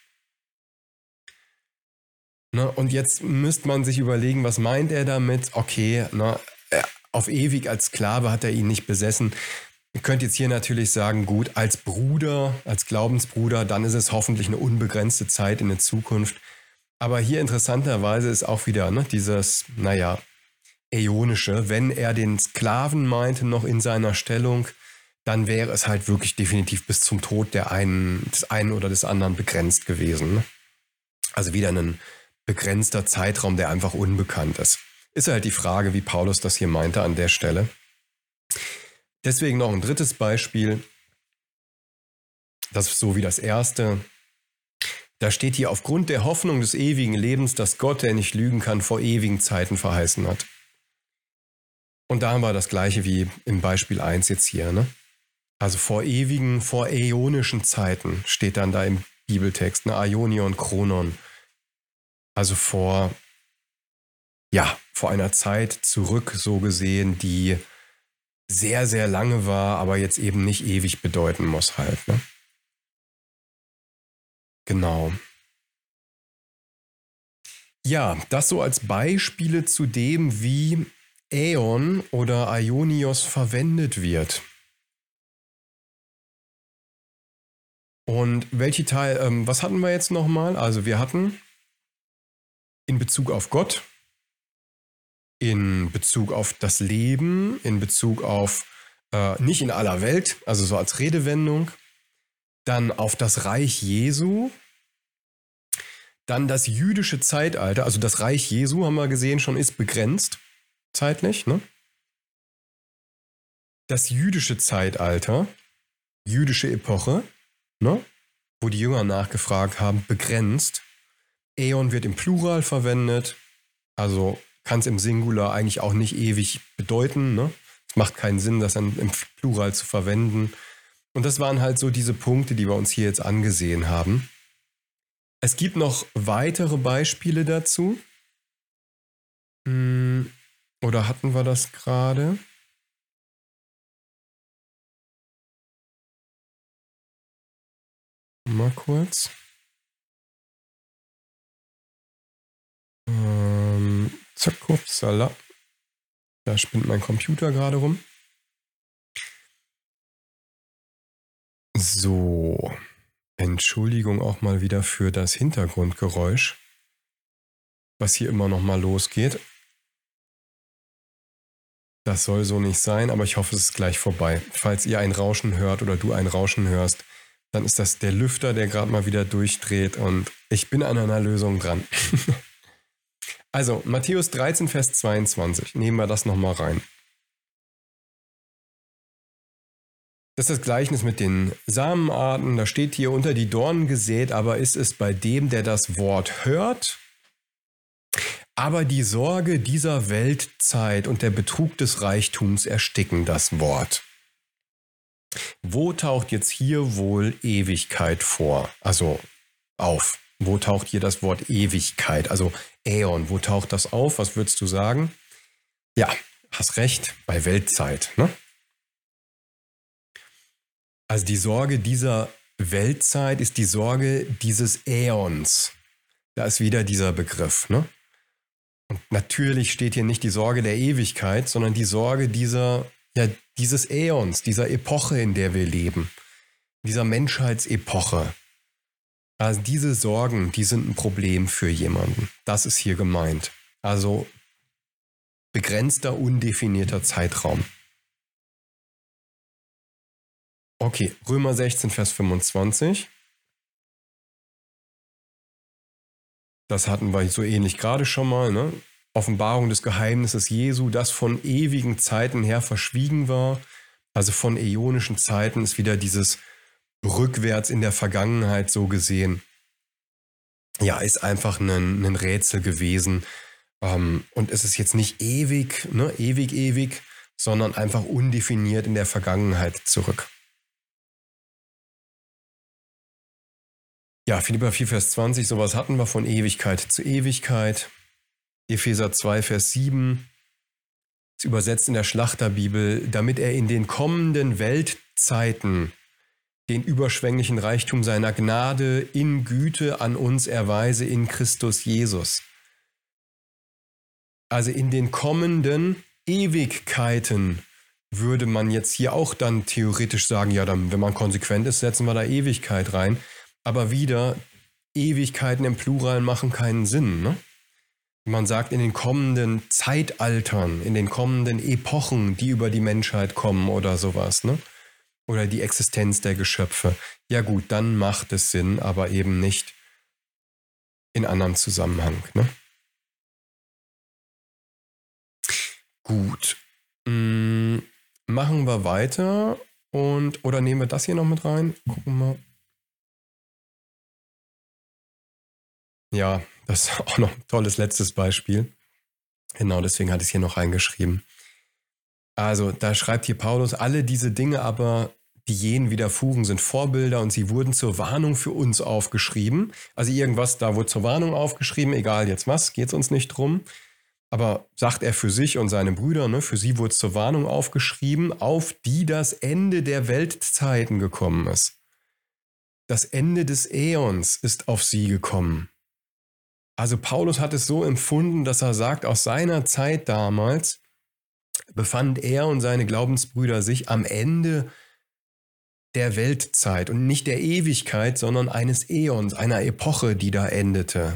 Na, und jetzt müsste man sich überlegen, was meint er damit? Okay, auf ewig als Sklave hat er ihn nicht besessen. Ihr könnt jetzt hier natürlich sagen, gut, als Bruder, als Glaubensbruder, dann ist es hoffentlich eine unbegrenzte Zeit in der Zukunft. Aber hier interessanterweise ist auch wieder dieses, äonische. Wenn er den Sklaven meinte, noch in seiner Stellung, dann wäre es halt wirklich definitiv bis zum Tod des einen oder des anderen begrenzt gewesen. Ne? Also wieder ein begrenzter Zeitraum, der einfach unbekannt ist. Ist halt die Frage, wie Paulus das hier meinte an der Stelle. Deswegen noch ein drittes Beispiel. Das ist so wie das erste. Da steht hier, aufgrund der Hoffnung des ewigen Lebens, das Gott, der nicht lügen kann, vor ewigen Zeiten verheißen hat. Und da haben wir das gleiche wie im Beispiel 1 jetzt hier. Ne? Also vor ewigen, vor äonischen Zeiten steht dann da im Bibeltext, ne? Aionion, Chronon. Also vor einer Zeit zurück, so gesehen, die sehr, sehr lange war, aber jetzt eben nicht ewig bedeuten muss halt. Ne? Genau. Ja, das so als Beispiele zu dem, wie Äon oder Aionios verwendet wird. Und was hatten wir jetzt nochmal? Also wir hatten in Bezug auf Gott, in Bezug auf das Leben, in Bezug auf nicht in aller Welt, also so als Redewendung, dann auf das Reich Jesu, dann das jüdische Zeitalter, also das Reich Jesu, haben wir gesehen, schon ist begrenzt, zeitlich, ne? Das jüdische Zeitalter, jüdische Epoche, ne? Wo die Jünger nachgefragt haben, begrenzt. Äon wird im Plural verwendet, also kann es im Singular eigentlich auch nicht ewig bedeuten, ne? Es macht keinen Sinn, das dann im Plural zu verwenden. Und das waren halt so diese Punkte, die wir uns hier jetzt angesehen haben. Es gibt noch weitere Beispiele dazu. Oder hatten wir das gerade? Mal kurz. Zack, upsala. Da spinnt mein Computer gerade rum. So. Entschuldigung auch mal wieder für das Hintergrundgeräusch, was hier immer noch mal losgeht. Das soll so nicht sein, aber ich hoffe, es ist gleich vorbei. Falls ihr ein Rauschen hört oder du ein Rauschen hörst, dann ist das der Lüfter, der gerade mal wieder durchdreht und ich bin an einer Lösung dran. Also, Matthäus 13, Vers 22. Nehmen wir das nochmal rein. Das ist das Gleichnis mit den Samenarten. Da steht hier, unter die Dornen gesät, aber ist es bei dem, der das Wort hört. Aber die Sorge dieser Weltzeit und der Betrug des Reichtums ersticken das Wort. Wo taucht jetzt hier wohl Ewigkeit vor? Also auf. Wo taucht hier das Wort Ewigkeit? Also Äon, wo taucht das auf? Was würdest du sagen? Ja, hast recht, bei Weltzeit, ne? Also die Sorge dieser Weltzeit ist die Sorge dieses Äons. Da ist wieder dieser Begriff, ne? Und natürlich steht hier nicht die Sorge der Ewigkeit, sondern die Sorge dieses Äons, dieser Epoche, in der wir leben, dieser Menschheitsepoche. Also diese Sorgen, die sind ein Problem für jemanden. Das ist hier gemeint. Also begrenzter, undefinierter Zeitraum. Okay, Römer 16, Vers 25. Das hatten wir so ähnlich gerade schon mal, ne? Offenbarung des Geheimnisses Jesu, das von ewigen Zeiten her verschwiegen war. Also von äonischen Zeiten ist wieder dieses rückwärts in der Vergangenheit so gesehen. Ja, ist einfach ein Rätsel gewesen. Und es ist jetzt nicht ewig, ne? ewig, sondern einfach undefiniert in der Vergangenheit zurück. Ja, Philipper 4, Vers 20, sowas hatten wir von Ewigkeit zu Ewigkeit. Epheser 2, Vers 7, ist übersetzt in der Schlachterbibel, damit er in den kommenden Weltzeiten den überschwänglichen Reichtum seiner Gnade in Güte an uns erweise in Christus Jesus. Also in den kommenden Ewigkeiten würde man jetzt hier auch dann theoretisch sagen, ja, dann, wenn man konsequent ist, setzen wir da Ewigkeit rein. Aber wieder, Ewigkeiten im Plural machen keinen Sinn, ne? Man sagt in den kommenden Zeitaltern, in den kommenden Epochen, die über die Menschheit kommen oder sowas, ne? Oder die Existenz der Geschöpfe. Ja gut, dann macht es Sinn, aber eben nicht in anderem Zusammenhang, ne? Gut. Machen wir weiter oder nehmen wir das hier noch mit rein? Gucken wir. Ja, das ist auch noch ein tolles letztes Beispiel. Genau, deswegen hatte ich es hier noch reingeschrieben. Also, da schreibt hier Paulus, alle diese Dinge aber, die jenen widerfuhren, sind Vorbilder und sie wurden zur Warnung für uns aufgeschrieben. Also irgendwas, da wurde zur Warnung aufgeschrieben, egal jetzt was, geht es uns nicht drum. Aber sagt er für sich und seine Brüder, ne, für sie wurde es zur Warnung aufgeschrieben, auf die das Ende der Weltzeiten gekommen ist. Das Ende des Äons ist auf sie gekommen. Also Paulus hat es so empfunden, dass er sagt, aus seiner Zeit damals befand er und seine Glaubensbrüder sich am Ende der Weltzeit und nicht der Ewigkeit, sondern eines Äons, einer Epoche, die da endete.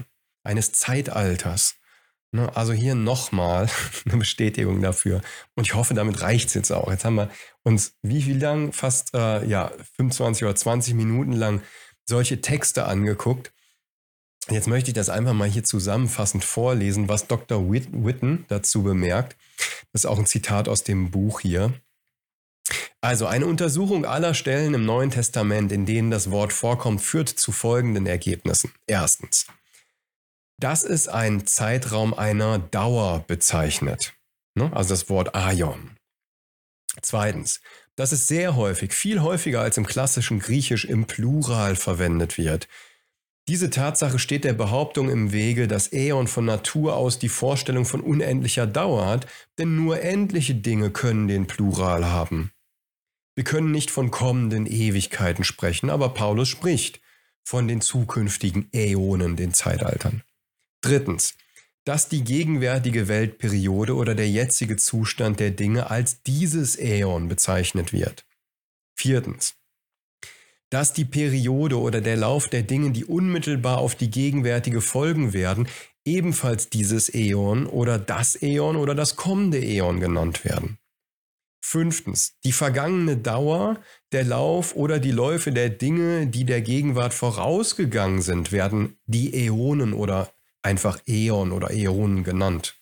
eines Zeitalters. Ne, also hier nochmal eine Bestätigung dafür. Und ich hoffe, damit reicht es jetzt auch. Jetzt haben wir uns wie viel lang? Fast 25 oder 20 Minuten lang solche Texte angeguckt. Jetzt möchte ich das einfach mal hier zusammenfassend vorlesen, was Dr. Witten dazu bemerkt. Das ist auch ein Zitat aus dem Buch hier. Also eine Untersuchung aller Stellen im Neuen Testament, in denen das Wort vorkommt, führt zu folgenden Ergebnissen. Erstens, dass es einen Zeitraum einer Dauer bezeichnet. Also das Wort Aion. Zweitens, dass es sehr häufig, viel häufiger als im klassischen Griechisch im Plural verwendet wird. Diese Tatsache steht der Behauptung im Wege, dass Äon von Natur aus die Vorstellung von unendlicher Dauer hat, denn nur endliche Dinge können den Plural haben. Wir können nicht von kommenden Ewigkeiten sprechen, aber Paulus spricht von den zukünftigen Äonen, den Zeitaltern. Drittens, dass die gegenwärtige Weltperiode oder der jetzige Zustand der Dinge als dieses Äon bezeichnet wird. Viertens, dass die Periode oder der Lauf der Dinge, die unmittelbar auf die gegenwärtige folgen werden, ebenfalls dieses Äon oder das kommende Äon genannt werden. Fünftens, die vergangene Dauer, der Lauf oder die Läufe der Dinge, die der Gegenwart vorausgegangen sind, werden die Äonen oder einfach Äon oder Äonen genannt.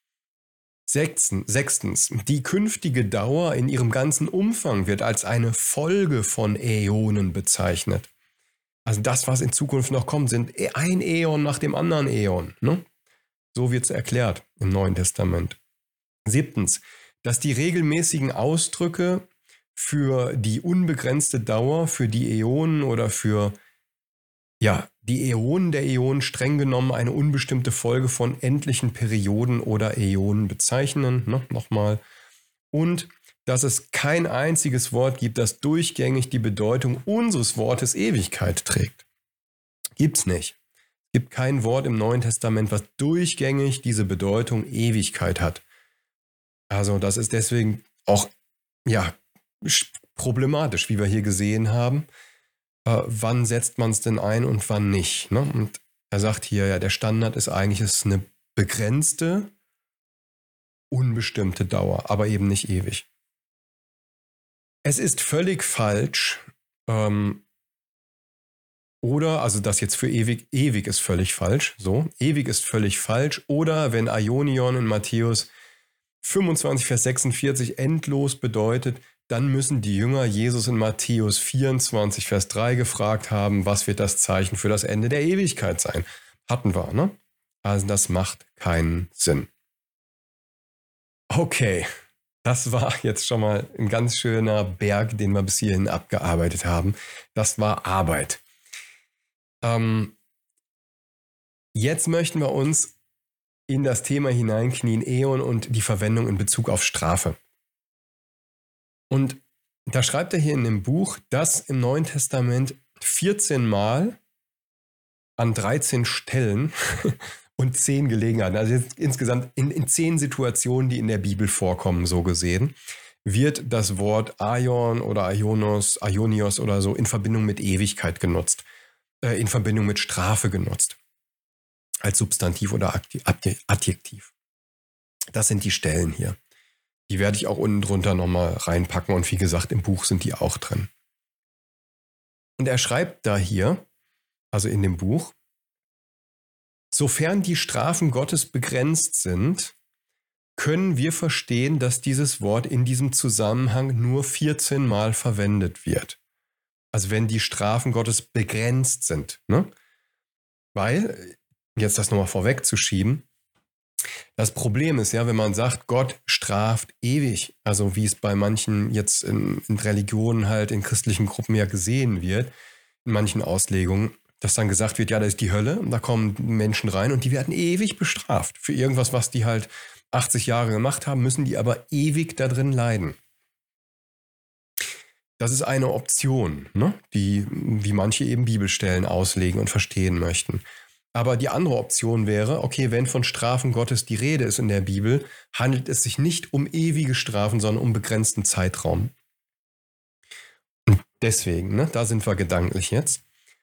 Sechstens, die künftige Dauer in ihrem ganzen Umfang wird als eine Folge von Äonen bezeichnet. Also das, was in Zukunft noch kommt, sind ein Äon nach dem anderen Äon. Ne? So wird es erklärt im Neuen Testament. Siebtens, dass die regelmäßigen Ausdrücke für die unbegrenzte Dauer, für die Äonen oder für die Äonen der Äonen streng genommen eine unbestimmte Folge von endlichen Perioden oder Äonen bezeichnen. Nochmal. Und dass es kein einziges Wort gibt, das durchgängig die Bedeutung unseres Wortes Ewigkeit trägt. Gibt's nicht. Es gibt kein Wort im Neuen Testament, was durchgängig diese Bedeutung Ewigkeit hat. Also das ist deswegen auch problematisch, wie wir hier gesehen haben. Wann setzt man es denn ein und wann nicht? Ne? Und er sagt hier, der Standard ist eigentlich eine begrenzte, unbestimmte Dauer, aber eben nicht ewig. Es ist völlig falsch, also das jetzt für ewig ist völlig falsch, so, ewig ist völlig falsch, oder wenn Aionion in Matthäus 25, Vers 46 endlos bedeutet, dann müssen die Jünger Jesus in Matthäus 24, Vers 3 gefragt haben, was wird das Zeichen für das Ende der Ewigkeit sein? Hatten wir, ne? Also das macht keinen Sinn. Okay, das war jetzt schon mal ein ganz schöner Berg, den wir bis hierhin abgearbeitet haben. Das war Arbeit. Jetzt möchten wir uns in das Thema hineinknien, Äon und die Verwendung in Bezug auf Strafe. Und da schreibt er hier in dem Buch, dass im Neuen Testament 14 Mal an 13 Stellen und 10 Gelegenheiten, also jetzt insgesamt in 10 Situationen, die in der Bibel vorkommen, so gesehen, wird das Wort Aion oder Aionios oder so in Verbindung mit Ewigkeit genutzt, in Verbindung mit Strafe genutzt, als Substantiv oder Adjektiv. Das sind die Stellen hier. Die werde ich auch unten drunter nochmal reinpacken und wie gesagt, im Buch sind die auch drin. Und er schreibt da hier, also in dem Buch, sofern die Strafen Gottes begrenzt sind, können wir verstehen, dass dieses Wort in diesem Zusammenhang nur 14 Mal verwendet wird. Also wenn die Strafen Gottes begrenzt sind. Ne? Weil, jetzt das nochmal vorwegzuschieben, das Problem ist ja, wenn man sagt, Gott straft ewig, also wie es bei manchen jetzt in Religionen halt, in christlichen Gruppen ja gesehen wird, in manchen Auslegungen, dass dann gesagt wird, ja, da ist die Hölle und da kommen Menschen rein und die werden ewig bestraft. Für irgendwas, was die halt 80 Jahre gemacht haben, müssen die aber ewig da drin leiden. Das ist eine Option, ne? Wie manche eben Bibelstellen auslegen und verstehen möchten. Aber die andere Option wäre, okay, wenn von Strafen Gottes die Rede ist in der Bibel, handelt es sich nicht um ewige Strafen, sondern um begrenzten Zeitraum. Und deswegen, ne, da sind wir gedanklich jetzt.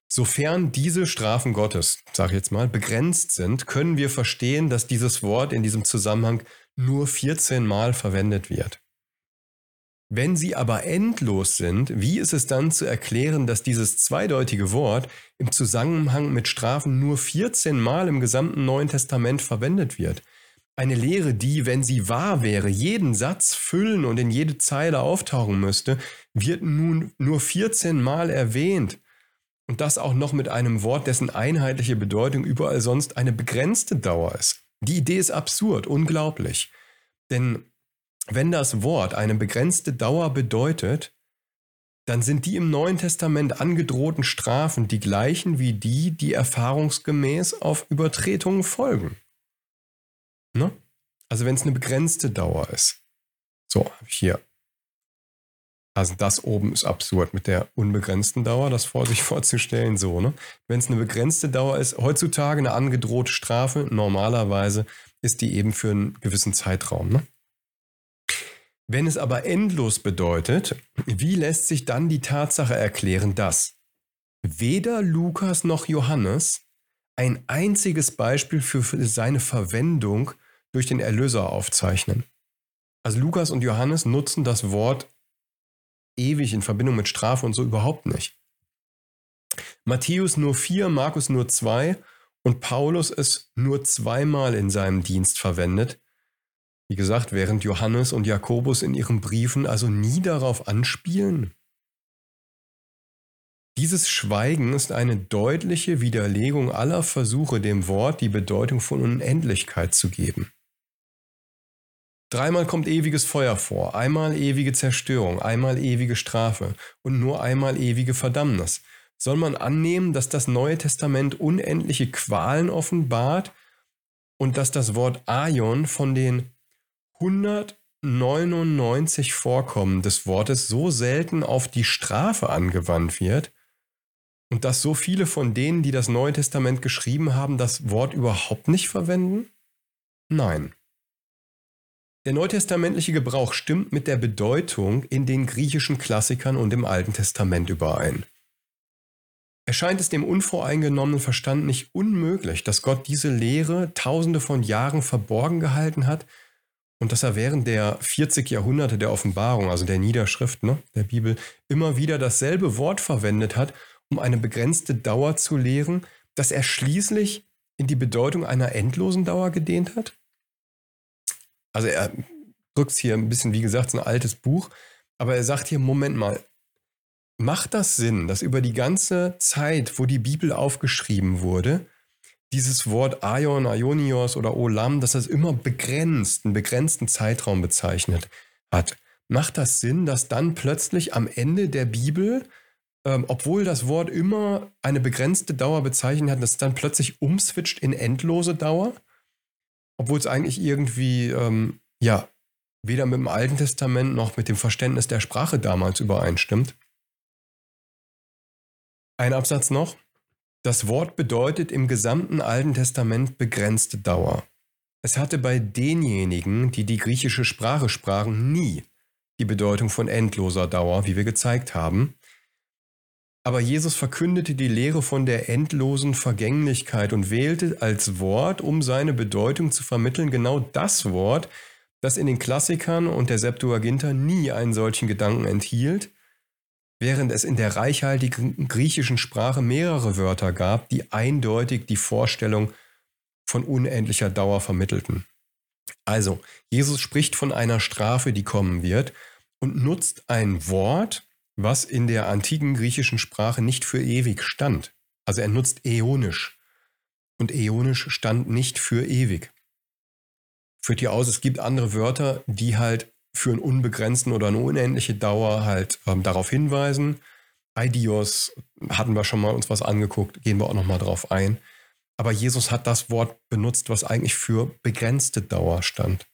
Sofern diese Strafen Gottes, sage ich jetzt mal, begrenzt sind, können wir verstehen, dass dieses Wort in diesem Zusammenhang nur 14 Mal verwendet wird. Wenn sie aber endlos sind, wie ist es dann zu erklären, dass dieses zweideutige Wort im Zusammenhang mit Strafen nur 14 Mal im gesamten Neuen Testament verwendet wird? Eine Lehre, die, wenn sie wahr wäre, jeden Satz füllen und in jede Zeile auftauchen müsste, wird nun nur 14 Mal erwähnt. Und das auch noch mit einem Wort, dessen einheitliche Bedeutung überall sonst eine begrenzte Dauer ist. Die Idee ist absurd, unglaublich. Denn wenn das Wort eine begrenzte Dauer bedeutet, dann sind die im Neuen Testament angedrohten Strafen die gleichen wie die, die erfahrungsgemäß auf Übertretungen folgen. Ne? Also wenn es eine begrenzte Dauer ist. So, habe ich hier. Also das oben ist absurd mit der unbegrenzten Dauer, das vor sich vorzustellen, so, ne? Wenn es eine begrenzte Dauer ist, heutzutage eine angedrohte Strafe, normalerweise ist die eben für einen gewissen Zeitraum, ne? Wenn es aber endlos bedeutet, wie lässt sich dann die Tatsache erklären, dass weder Lukas noch Johannes ein einziges Beispiel für seine Verwendung durch den Erlöser aufzeichnen? Also Lukas und Johannes nutzen das Wort ewig in Verbindung mit Strafe und so überhaupt nicht. Matthäus nur 4, Markus nur 2 und Paulus es nur 2-mal in seinem Dienst verwendet. Wie gesagt, während Johannes und Jakobus in ihren Briefen also nie darauf anspielen. Dieses Schweigen ist eine deutliche Widerlegung aller Versuche, dem Wort die Bedeutung von Unendlichkeit zu geben. 3-mal kommt ewiges Feuer vor, einmal ewige Zerstörung, einmal ewige Strafe und nur einmal ewige Verdammnis. Soll man annehmen, dass das Neue Testament unendliche Qualen offenbart und dass das Wort Aion von den 199 Vorkommen des Wortes so selten auf die Strafe angewandt wird und dass so viele von denen, die das Neue Testament geschrieben haben, das Wort überhaupt nicht verwenden? Nein. Der neutestamentliche Gebrauch stimmt mit der Bedeutung in den griechischen Klassikern und im Alten Testament überein. Erscheint es dem unvoreingenommenen Verstand nicht unmöglich, dass Gott diese Lehre Tausende von Jahren verborgen gehalten hat und dass er während der 40 Jahrhunderte der Offenbarung, also der Niederschrift, der Bibel, immer wieder dasselbe Wort verwendet hat, um eine begrenzte Dauer zu lehren, dass er schließlich in die Bedeutung einer endlosen Dauer gedehnt hat? Also er drückt es hier ein bisschen, wie gesagt, so ein altes Buch, aber er sagt hier, Moment mal, macht das Sinn, dass über die ganze Zeit, wo die Bibel aufgeschrieben wurde, dieses Wort Aion, Aionios oder Olam, dass das immer begrenzt, einen begrenzten Zeitraum bezeichnet hat? Macht das Sinn, dass dann plötzlich am Ende der Bibel, obwohl das Wort immer eine begrenzte Dauer bezeichnet hat, dass es dann plötzlich umswitcht in endlose Dauer? Obwohl es eigentlich irgendwie, weder mit dem Alten Testament noch mit dem Verständnis der Sprache damals übereinstimmt. Ein Absatz noch. Das Wort bedeutet im gesamten Alten Testament begrenzte Dauer. Es hatte bei denjenigen, die die griechische Sprache sprachen, nie die Bedeutung von endloser Dauer, wie wir gezeigt haben. Aber Jesus verkündete die Lehre von der endlosen Vergänglichkeit und wählte als Wort, um seine Bedeutung zu vermitteln, genau das Wort, das in den Klassikern und der Septuaginta nie einen solchen Gedanken enthielt, während es in der reichhaltigen griechischen Sprache mehrere Wörter gab, die eindeutig die Vorstellung von unendlicher Dauer vermittelten. Also, Jesus spricht von einer Strafe, die kommen wird und nutzt ein Wort, was in der antiken griechischen Sprache nicht für ewig stand. Also er nutzt äonisch. Und äonisch stand nicht für ewig. Führt hier aus, es gibt andere Wörter, die halt für einen unbegrenzten oder eine unendliche Dauer halt darauf hinweisen. Eidios hatten wir schon mal uns was angeguckt, gehen wir auch nochmal drauf ein. Aber Jesus hat das Wort benutzt, was eigentlich für begrenzte Dauer stand.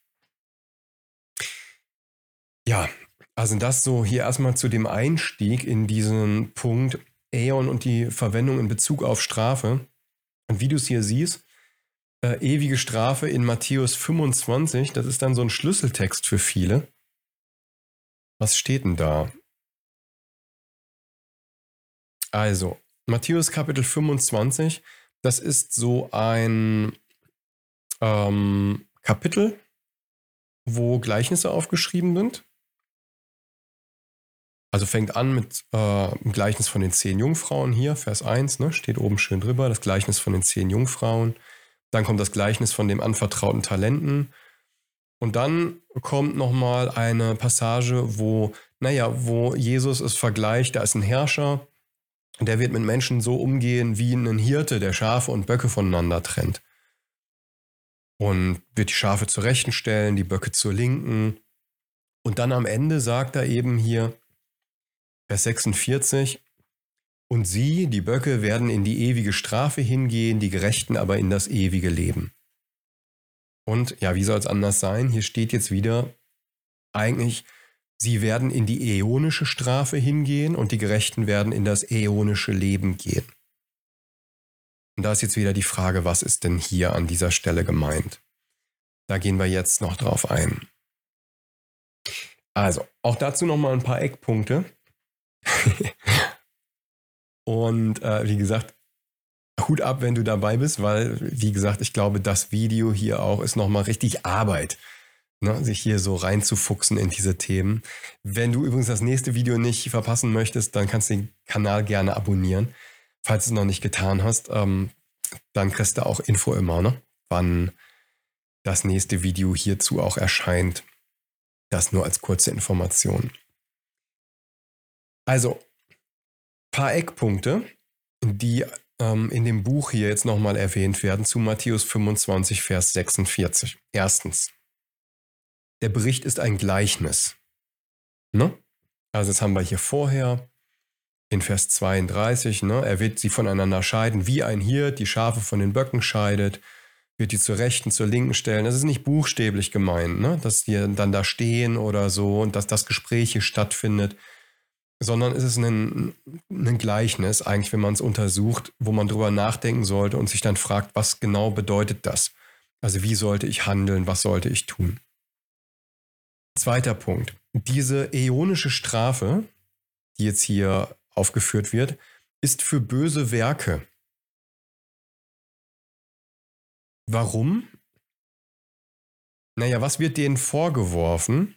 Ja, also das so hier erstmal zu dem Einstieg in diesen Punkt Äon und die Verwendung in Bezug auf Strafe. Und wie du es hier siehst, ewige Strafe in Matthäus 25, das ist dann so ein Schlüsseltext für viele. Was steht denn da? Also, Matthäus Kapitel 25, das ist so ein Kapitel, wo Gleichnisse aufgeschrieben sind. Also fängt an mit dem Gleichnis von den 10 Jungfrauen hier, Vers 1, ne, steht oben schön drüber, das Gleichnis von den 10 Jungfrauen. Dann kommt das Gleichnis von dem anvertrauten Talenten. Und dann kommt nochmal eine Passage, wo Jesus es vergleicht, da ist ein Herrscher, der wird mit Menschen so umgehen wie ein Hirte, der Schafe und Böcke voneinander trennt. Und wird die Schafe zur Rechten stellen, die Böcke zur Linken. Und dann am Ende sagt er eben hier, Vers 46, und sie, die Böcke, werden in die ewige Strafe hingehen, die Gerechten aber in das ewige Leben. Und ja, wie soll es anders sein? Hier steht jetzt wieder, eigentlich, sie werden in die äonische Strafe hingehen und die Gerechten werden in das äonische Leben gehen. Und da ist jetzt wieder die Frage, was ist denn hier an dieser Stelle gemeint? Da gehen wir jetzt noch drauf ein. Also, auch dazu nochmal ein paar Eckpunkte. Und wie gesagt, Hut ab, wenn du dabei bist, weil, wie gesagt, ich glaube, das Video hier auch ist nochmal richtig Arbeit, ne, sich hier so reinzufuchsen in diese Themen. Wenn du übrigens das nächste Video nicht verpassen möchtest, dann kannst du den Kanal gerne abonnieren. Falls du es noch nicht getan hast, dann kriegst du auch Info immer, ne, wann das nächste Video hierzu auch erscheint. Das nur als kurze Information. Also, paar Eckpunkte, die in dem Buch hier jetzt nochmal erwähnt werden zu Matthäus 25, Vers 46. Erstens, der Bericht ist ein Gleichnis. Ne? Also das haben wir hier vorher in Vers 32. Ne? Er wird sie voneinander scheiden, wie ein Hirt die Schafe von den Böcken scheidet, wird die zur Rechten, zur Linken stellen. Das ist nicht buchstäblich gemeint, ne? Dass die dann da stehen oder so und dass das Gespräch hier stattfindet, sondern es ist ein Gleichnis, eigentlich, wenn man es untersucht, wo man drüber nachdenken sollte und sich dann fragt, was genau bedeutet das? Also wie sollte ich handeln, was sollte ich tun? Zweiter Punkt, diese äonische Strafe, die jetzt hier aufgeführt wird, ist für böse Werke. Warum? Naja, was wird denen vorgeworfen?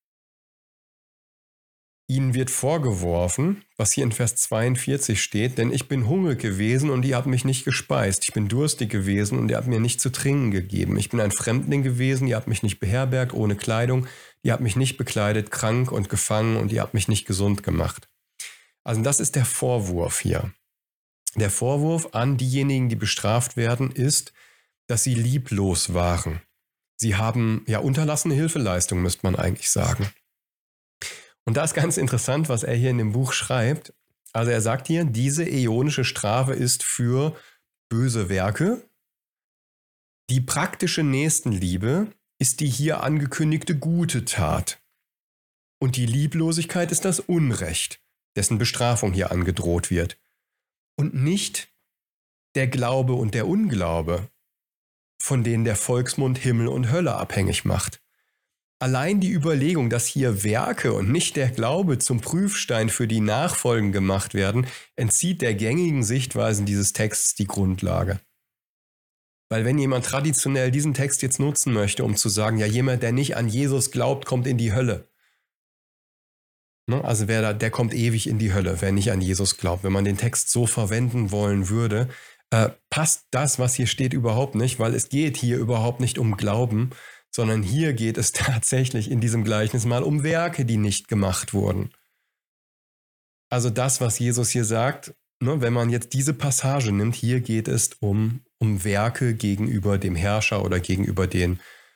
Ihnen wird vorgeworfen, was hier in Vers 42 steht, denn ich bin hungrig gewesen und ihr habt mich nicht gespeist. Ich bin durstig gewesen und ihr habt mir nicht zu trinken gegeben. Ich bin ein Fremdling gewesen, ihr habt mich nicht beherbergt, ohne Kleidung. Ihr habt mich nicht bekleidet, krank und gefangen und ihr habt mich nicht gesund gemacht. Also das ist der Vorwurf hier. Der Vorwurf an diejenigen, die bestraft werden, ist, dass sie lieblos waren. Sie haben ja unterlassene Hilfeleistung, müsste man eigentlich sagen. Und da ist ganz interessant, was er hier in dem Buch schreibt. Also er sagt hier, diese äonische Strafe ist für böse Werke. Die praktische Nächstenliebe ist die hier angekündigte gute Tat. Und die Lieblosigkeit ist das Unrecht, dessen Bestrafung hier angedroht wird. Und nicht der Glaube und der Unglaube, von denen der Volksmund Himmel und Hölle abhängig macht. Allein die Überlegung, dass hier Werke und nicht der Glaube zum Prüfstein für die Nachfolgen gemacht werden, entzieht der gängigen Sichtweisen dieses Texts die Grundlage. Weil wenn jemand traditionell diesen Text jetzt nutzen möchte, um zu sagen, ja, jemand, der nicht an Jesus glaubt, kommt in die Hölle. Ne? Also der kommt ewig in die Hölle, wer nicht an Jesus glaubt. Wenn man den Text so verwenden wollen würde, passt das, was hier steht, überhaupt nicht, weil es geht hier überhaupt nicht um Glauben, sondern hier geht es tatsächlich in diesem Gleichnis mal um Werke, die nicht gemacht wurden. Also das, was Jesus hier sagt, ne, wenn man jetzt diese Passage nimmt, hier geht es um Werke gegenüber dem Herrscher oder gegenüber den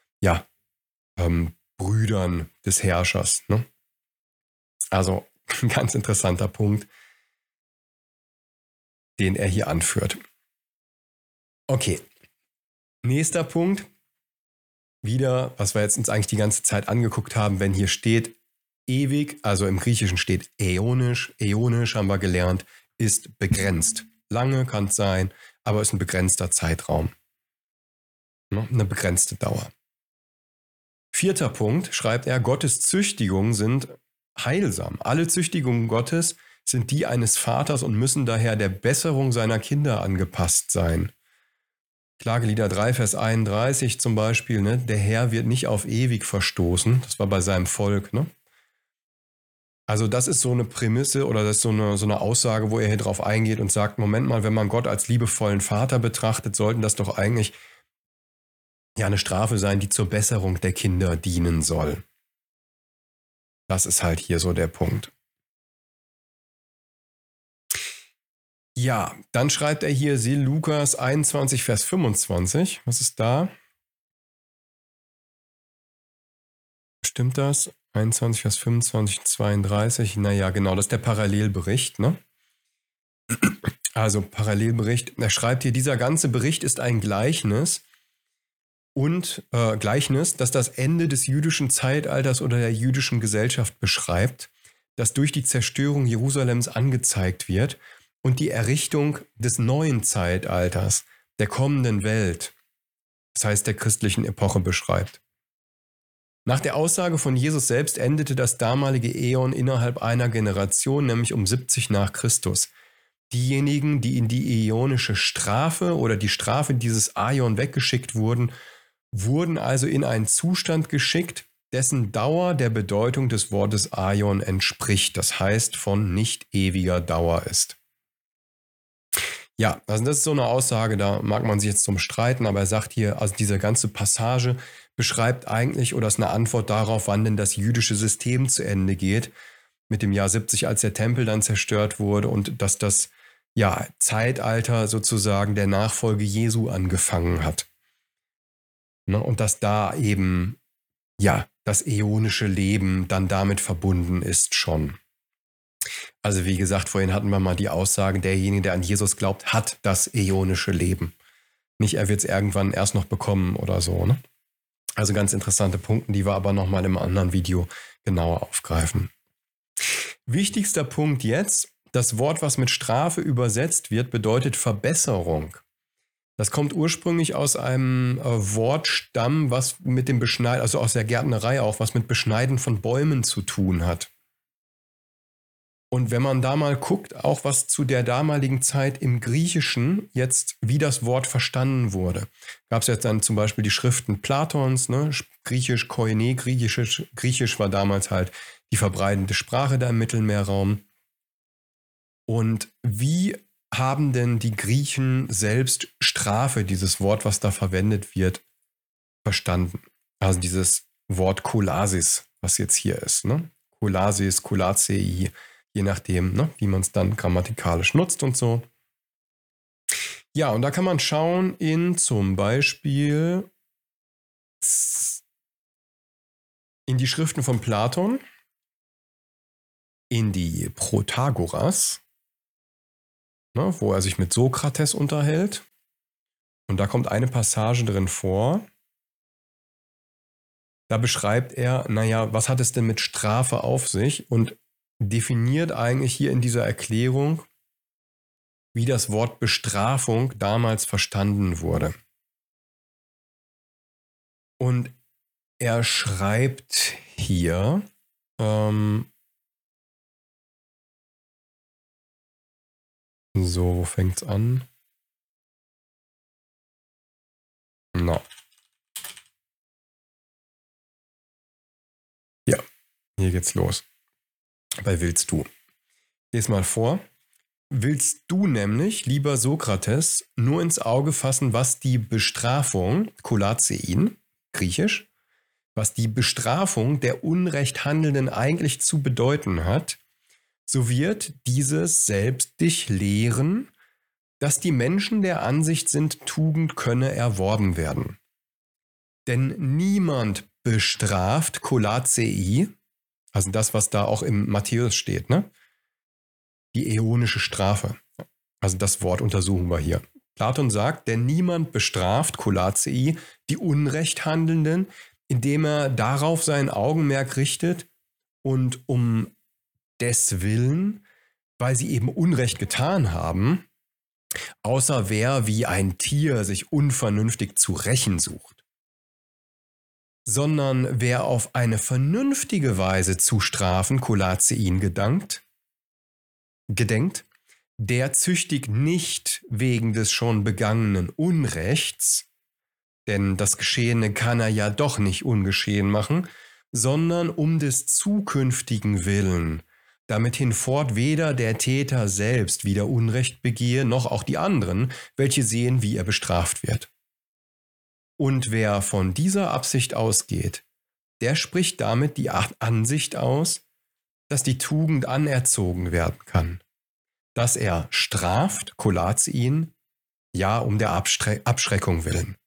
Brüdern des Herrschers. Ne? Also ein ganz interessanter Punkt, den er hier anführt. Okay, nächster Punkt. Wieder, was wir jetzt uns eigentlich die ganze Zeit angeguckt haben, wenn hier steht ewig, also im Griechischen steht äonisch haben wir gelernt, ist begrenzt. Lange kann es sein, aber ist ein begrenzter Zeitraum. Ne? Eine begrenzte Dauer. Vierter Punkt, schreibt er, Gottes Züchtigungen sind heilsam. Alle Züchtigungen Gottes sind die eines Vaters und müssen daher der Besserung seiner Kinder angepasst sein. Klagelieder 3, Vers 31 zum Beispiel, ne? Der Herr wird nicht auf ewig verstoßen. Das war bei seinem Volk, ne? Also das ist so eine Prämisse oder das ist so eine Aussage, wo er hier drauf eingeht und sagt, Moment mal, wenn man Gott als liebevollen Vater betrachtet, sollten das doch eigentlich ja eine Strafe sein, die zur Besserung der Kinder dienen soll. Das ist halt hier so der Punkt. Ja, dann schreibt er hier, sieh Lukas 21, Vers 25. Was ist da? Stimmt das? 21, Vers 25, 32. Naja, genau, das ist der Parallelbericht, ne? Also Parallelbericht. Er schreibt hier, dieser ganze Bericht ist ein Gleichnis und Gleichnis, das das Ende des jüdischen Zeitalters oder der jüdischen Gesellschaft beschreibt, das durch die Zerstörung Jerusalems angezeigt wird und die Errichtung des neuen Zeitalters, der kommenden Welt, das heißt der christlichen Epoche beschreibt. Nach der Aussage von Jesus selbst endete das damalige Äon innerhalb einer Generation, nämlich um 70 nach Christus. Diejenigen, die in die äonische Strafe oder die Strafe dieses Aion weggeschickt wurden, wurden also in einen Zustand geschickt, dessen Dauer der Bedeutung des Wortes Aion entspricht, das heißt von nicht ewiger Dauer ist. Ja, also das ist so eine Aussage, da mag man sich jetzt drum streiten, aber er sagt hier, also diese ganze Passage beschreibt eigentlich oder ist eine Antwort darauf, wann denn das jüdische System zu Ende geht, mit dem Jahr 70, als der Tempel dann zerstört wurde und dass das ja, Zeitalter sozusagen der Nachfolge Jesu angefangen hat. Ne, und dass da eben ja, das äonische Leben dann damit verbunden ist schon. Also wie gesagt, vorhin hatten wir mal die Aussage, derjenige, der an Jesus glaubt, hat das äonische Leben. Nicht, er wird es irgendwann erst noch bekommen oder so. Ne? Also ganz interessante Punkte, die wir aber nochmal im anderen Video genauer aufgreifen. Wichtigster Punkt jetzt, das Wort, was mit Strafe übersetzt wird, bedeutet Verbesserung. Das kommt ursprünglich aus einem Wortstamm, was mit dem Beschneiden, also aus der Gärtnerei auch, was mit Beschneiden von Bäumen zu tun hat. Und wenn man da mal guckt, auch was zu der damaligen Zeit im Griechischen jetzt, wie das Wort verstanden wurde, gab es jetzt dann zum Beispiel die Schriften Platons, ne? Griechisch, Koine, Griechisch war damals halt die verbreitete Sprache da im Mittelmeerraum. Und wie haben denn die Griechen selbst Strafe, dieses Wort, was da verwendet wird, verstanden? Also dieses Wort Kolasis, was jetzt hier ist, ne? Kolasis, Kolazei, je nachdem, ne, wie man es dann grammatikalisch nutzt und so. Ja, und da kann man schauen in zum Beispiel in die Schriften von Platon, in die Protagoras, ne, wo er sich mit Sokrates unterhält. Und da kommt eine Passage drin vor. Da beschreibt er, naja, was hat es denn mit Strafe auf sich? Und definiert eigentlich hier in dieser Erklärung, wie das Wort Bestrafung damals verstanden wurde. Und er schreibt hier, so, wo fängt's an? Na. Ja, hier geht's los. Bei willst du. Lies mal vor. Willst du nämlich, lieber Sokrates, nur ins Auge fassen, was die Bestrafung, Kolazein, griechisch, was die Bestrafung der Unrecht Handelnden eigentlich zu bedeuten hat, so wird dieses selbst dich lehren, dass die Menschen der Ansicht sind, Tugend könne erworben werden. Denn niemand bestraft Kolazei, also das, was da auch im Matthäus steht, ne? Die äonische Strafe. Also das Wort untersuchen wir hier. Platon sagt, denn niemand bestraft, Kolazei, die Unrechthandelnden, indem er darauf sein Augenmerk richtet und um des Willen, weil sie eben Unrecht getan haben, außer wer wie ein Tier sich unvernünftig zu rächen sucht. Sondern wer auf eine vernünftige Weise zu strafen, Kolazein gedankt, gedenkt, der züchtigt nicht wegen des schon begangenen Unrechts, denn das Geschehene kann er ja doch nicht ungeschehen machen, sondern um des zukünftigen Willen, damit hinfort weder der Täter selbst wieder Unrecht begehe, noch auch die anderen, welche sehen, wie er bestraft wird. Und wer von dieser Absicht ausgeht, der spricht damit die Ansicht aus, dass die Tugend anerzogen werden kann, dass er straft, Kolazein, ja um der Abschreckung willen.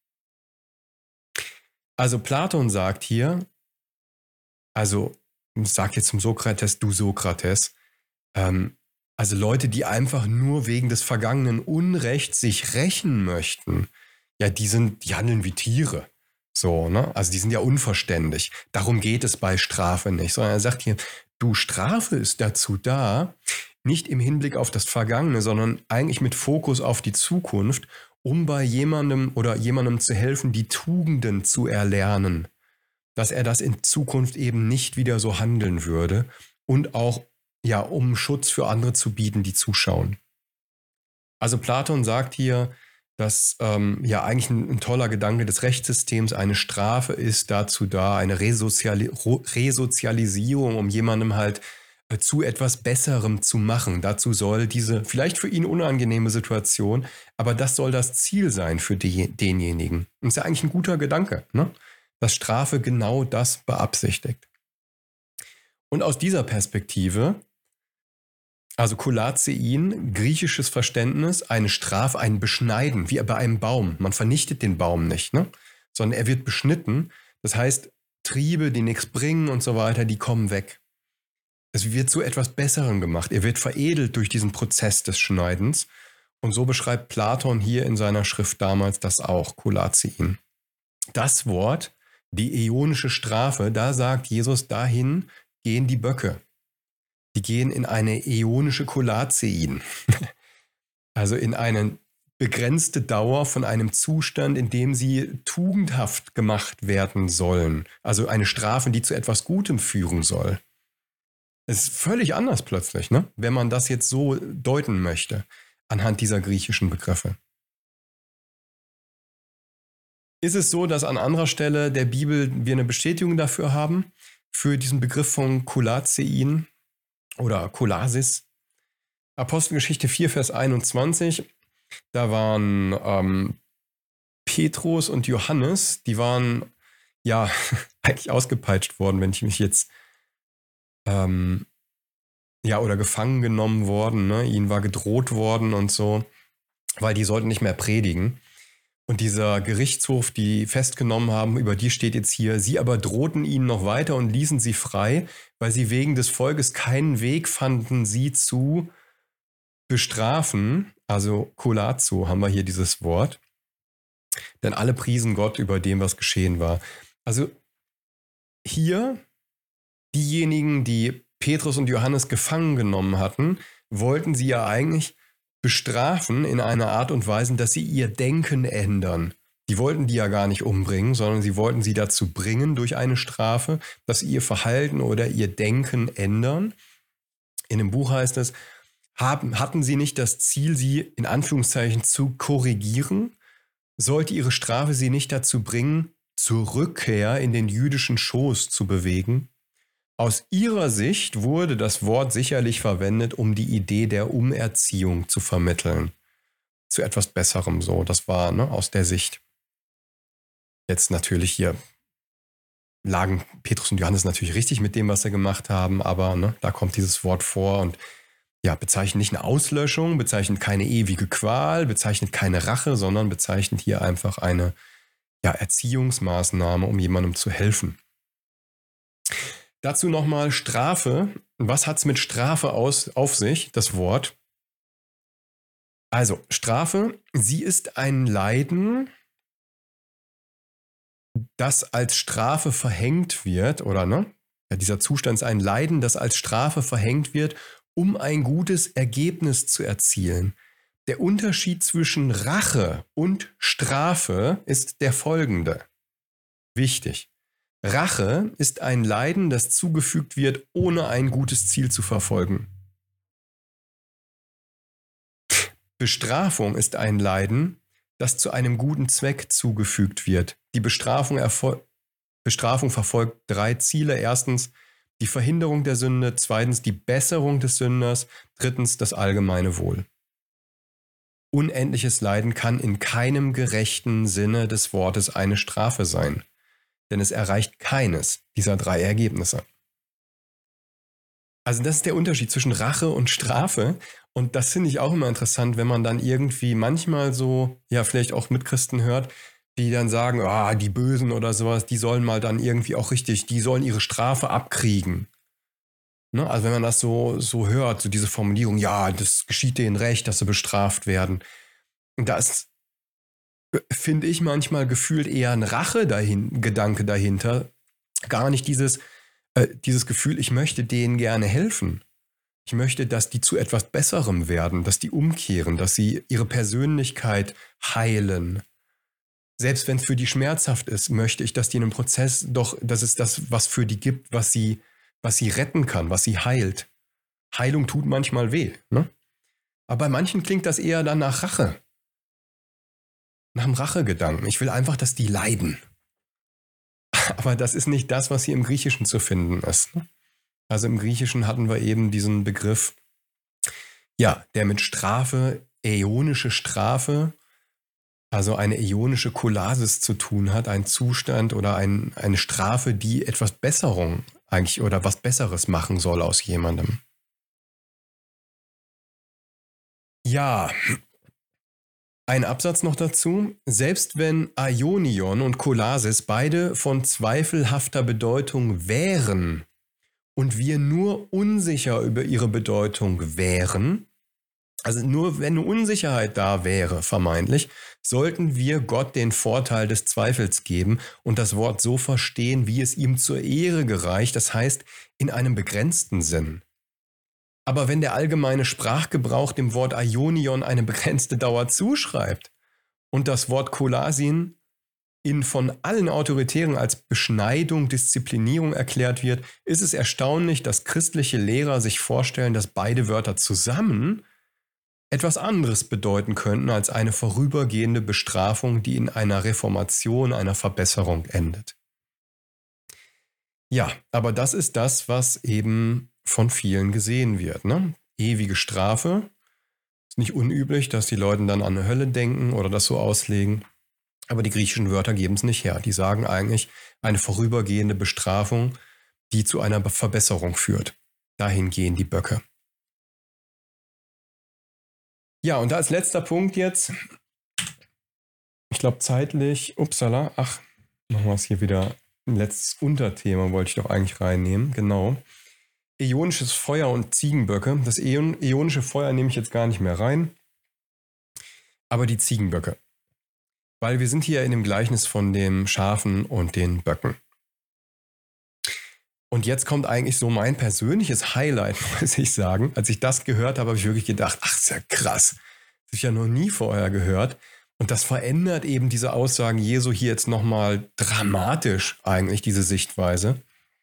Also Platon sagt hier, also ich sage jetzt zum Sokrates, du Sokrates, also Leute, die einfach nur wegen des vergangenen Unrechts sich rächen möchten, ja, die handeln wie Tiere. So, ne? Also die sind ja unverständig. Darum geht es bei Strafe nicht. Sondern er sagt hier, du, Strafe ist dazu da, nicht im Hinblick auf das Vergangene, sondern eigentlich mit Fokus auf die Zukunft, um bei jemandem zu helfen, die Tugenden zu erlernen, dass er das in Zukunft eben nicht wieder so handeln würde und auch, ja, um Schutz für andere zu bieten, die zuschauen. Also Platon sagt hier, dass eigentlich ein toller Gedanke des Rechtssystems, eine Strafe ist dazu da, eine Resozialisierung, um jemandem halt zu etwas Besserem zu machen. Dazu soll diese vielleicht für ihn unangenehme Situation, aber das soll das Ziel sein für denjenigen. Und das ist ja eigentlich ein guter Gedanke, ne? Dass Strafe genau das beabsichtigt. Und aus dieser Perspektive, also Kolazein, griechisches Verständnis, eine Strafe, ein Beschneiden, wie bei einem Baum. Man vernichtet den Baum nicht, ne? Sondern er wird beschnitten. Das heißt, Triebe, die nichts bringen und so weiter, die kommen weg. Es wird zu etwas Besserem gemacht. Er wird veredelt durch diesen Prozess des Schneidens. Und so beschreibt Platon hier in seiner Schrift damals das auch, Kolazein. Das Wort, die äonische Strafe, da sagt Jesus, dahin gehen die Böcke. Die gehen in eine äonische Kolazein. Also in eine begrenzte Dauer von einem Zustand, in dem sie tugendhaft gemacht werden sollen. Also eine Strafe, die zu etwas Gutem führen soll. Es ist völlig anders plötzlich, ne? Wenn man das jetzt so deuten möchte, anhand dieser griechischen Begriffe. Ist es so, dass an anderer Stelle der Bibel wir eine Bestätigung dafür haben, für diesen Begriff von Kolazein oder Kolasis? Apostelgeschichte 4, Vers 21, da waren Petrus und Johannes, die waren ja eigentlich ausgepeitscht worden, wenn ich mich jetzt oder gefangen genommen worden, ne? Ihnen war gedroht worden und so, weil die sollten nicht mehr predigen. Und dieser Gerichtshof, die festgenommen haben, über die steht jetzt hier, sie aber drohten ihnen noch weiter und ließen sie frei, weil sie wegen des Volkes keinen Weg fanden, sie zu bestrafen. Also Kolazo haben wir hier dieses Wort. Denn alle priesen Gott über dem, was geschehen war. Also hier diejenigen, die Petrus und Johannes gefangen genommen hatten, wollten sie ja eigentlich bestrafen in einer Art und Weise, dass sie ihr Denken ändern. Die wollten die ja gar nicht umbringen, sondern sie wollten sie dazu bringen durch eine Strafe, dass sie ihr Verhalten oder ihr Denken ändern. In dem Buch heißt es, hatten sie nicht das Ziel, sie in Anführungszeichen zu korrigieren, sollte ihre Strafe sie nicht dazu bringen, zur Rückkehr in den jüdischen Schoß zu bewegen. Aus ihrer Sicht wurde das Wort sicherlich verwendet, um die Idee der Umerziehung zu vermitteln. Zu etwas Besserem so. Das war aus der Sicht. Jetzt natürlich hier lagen Petrus und Johannes natürlich richtig mit dem, was sie gemacht haben, aber da kommt dieses Wort vor und ja, bezeichnet nicht eine Auslöschung, bezeichnet keine ewige Qual, bezeichnet keine Rache, sondern bezeichnet hier einfach eine Erziehungsmaßnahme, um jemandem zu helfen. Dazu nochmal Strafe. Was hat es mit Strafe auf sich, das Wort? Also, Strafe, sie ist ein Leiden, das als Strafe verhängt wird, oder dieser Zustand ist ein Leiden, das als Strafe verhängt wird, um ein gutes Ergebnis zu erzielen. Der Unterschied zwischen Rache und Strafe ist der folgende. Wichtig. Rache ist ein Leiden, das zugefügt wird, ohne ein gutes Ziel zu verfolgen. Bestrafung ist ein Leiden, das zu einem guten Zweck zugefügt wird. Die Bestrafung verfolgt 3 Ziele. Erstens die Verhinderung der Sünde, zweitens die Besserung des Sünders, drittens das allgemeine Wohl. Unendliches Leiden kann in keinem gerechten Sinne des Wortes eine Strafe sein, denn es erreicht keines dieser 3 Ergebnisse. Also das ist der Unterschied zwischen Rache und Strafe, und das finde ich auch immer interessant, wenn man dann irgendwie manchmal so, ja vielleicht auch Mitchristen hört, die dann sagen, die Bösen oder sowas, die sollen mal dann irgendwie auch richtig, die sollen ihre Strafe abkriegen. Ne? Also wenn man das so hört, so diese Formulierung, ja, das geschieht denen recht, dass sie bestraft werden. Und da ist, finde ich, manchmal gefühlt eher ein Rache-Gedanke dahinter. Gar nicht dieses Gefühl, ich möchte denen gerne helfen. Ich möchte, dass die zu etwas Besserem werden, dass die umkehren, dass sie ihre Persönlichkeit heilen. Selbst wenn es für die schmerzhaft ist, möchte ich, dass die in einem Prozess doch, dass es das, was für die gibt, was sie retten kann, was sie heilt. Heilung tut manchmal weh, ne? Aber bei manchen klingt das eher dann nach Rache. Nach einem Rachegedanken. Ich will einfach, dass die leiden. Aber das ist nicht das, was hier im Griechischen zu finden ist. Ne? Also im Griechischen hatten wir eben diesen Begriff, ja, der mit Strafe, äonische Strafe, also eine äonische Kolasis zu tun hat, ein Zustand oder eine Strafe, die etwas Besserung eigentlich oder was Besseres machen soll aus jemandem. Ja, ein Absatz noch dazu. Selbst wenn Aionion und Kolasis beide von zweifelhafter Bedeutung wären und wir nur unsicher über ihre Bedeutung wären, also nur wenn eine Unsicherheit da wäre, vermeintlich, sollten wir Gott den Vorteil des Zweifels geben und das Wort so verstehen, wie es ihm zur Ehre gereicht, das heißt in einem begrenzten Sinn. Aber wenn der allgemeine Sprachgebrauch dem Wort Aionion eine begrenzte Dauer zuschreibt und das Wort Kolasin von allen Autoritären als Beschneidung, Disziplinierung erklärt wird, ist es erstaunlich, dass christliche Lehrer sich vorstellen, dass beide Wörter zusammen etwas anderes bedeuten könnten als eine vorübergehende Bestrafung, die in einer Reformation, einer Verbesserung endet. Ja, aber das ist das, was eben von vielen gesehen wird. Ne? Ewige Strafe. Ist nicht unüblich, dass die Leute dann an eine Hölle denken oder das so auslegen. Aber die griechischen Wörter geben es nicht her. Die sagen eigentlich eine vorübergehende Bestrafung, die zu einer Verbesserung führt. Dahin gehen die Böcke. Ja, und da als letzter Punkt jetzt, ich glaube zeitlich, nochmals hier wieder ein letztes Unterthema wollte ich doch eigentlich reinnehmen, genau. Äonisches Feuer und Ziegenböcke. Das äonische Feuer nehme ich jetzt gar nicht mehr rein, aber die Ziegenböcke. Weil wir sind hier in dem Gleichnis von den Schafen und den Böcken. Und jetzt kommt eigentlich so mein persönliches Highlight, muss ich sagen. Als ich das gehört habe, habe ich wirklich gedacht, ach, ist ja krass. Das habe ich ja noch nie vorher gehört. Und das verändert eben diese Aussagen Jesu hier jetzt nochmal dramatisch eigentlich, diese Sichtweise.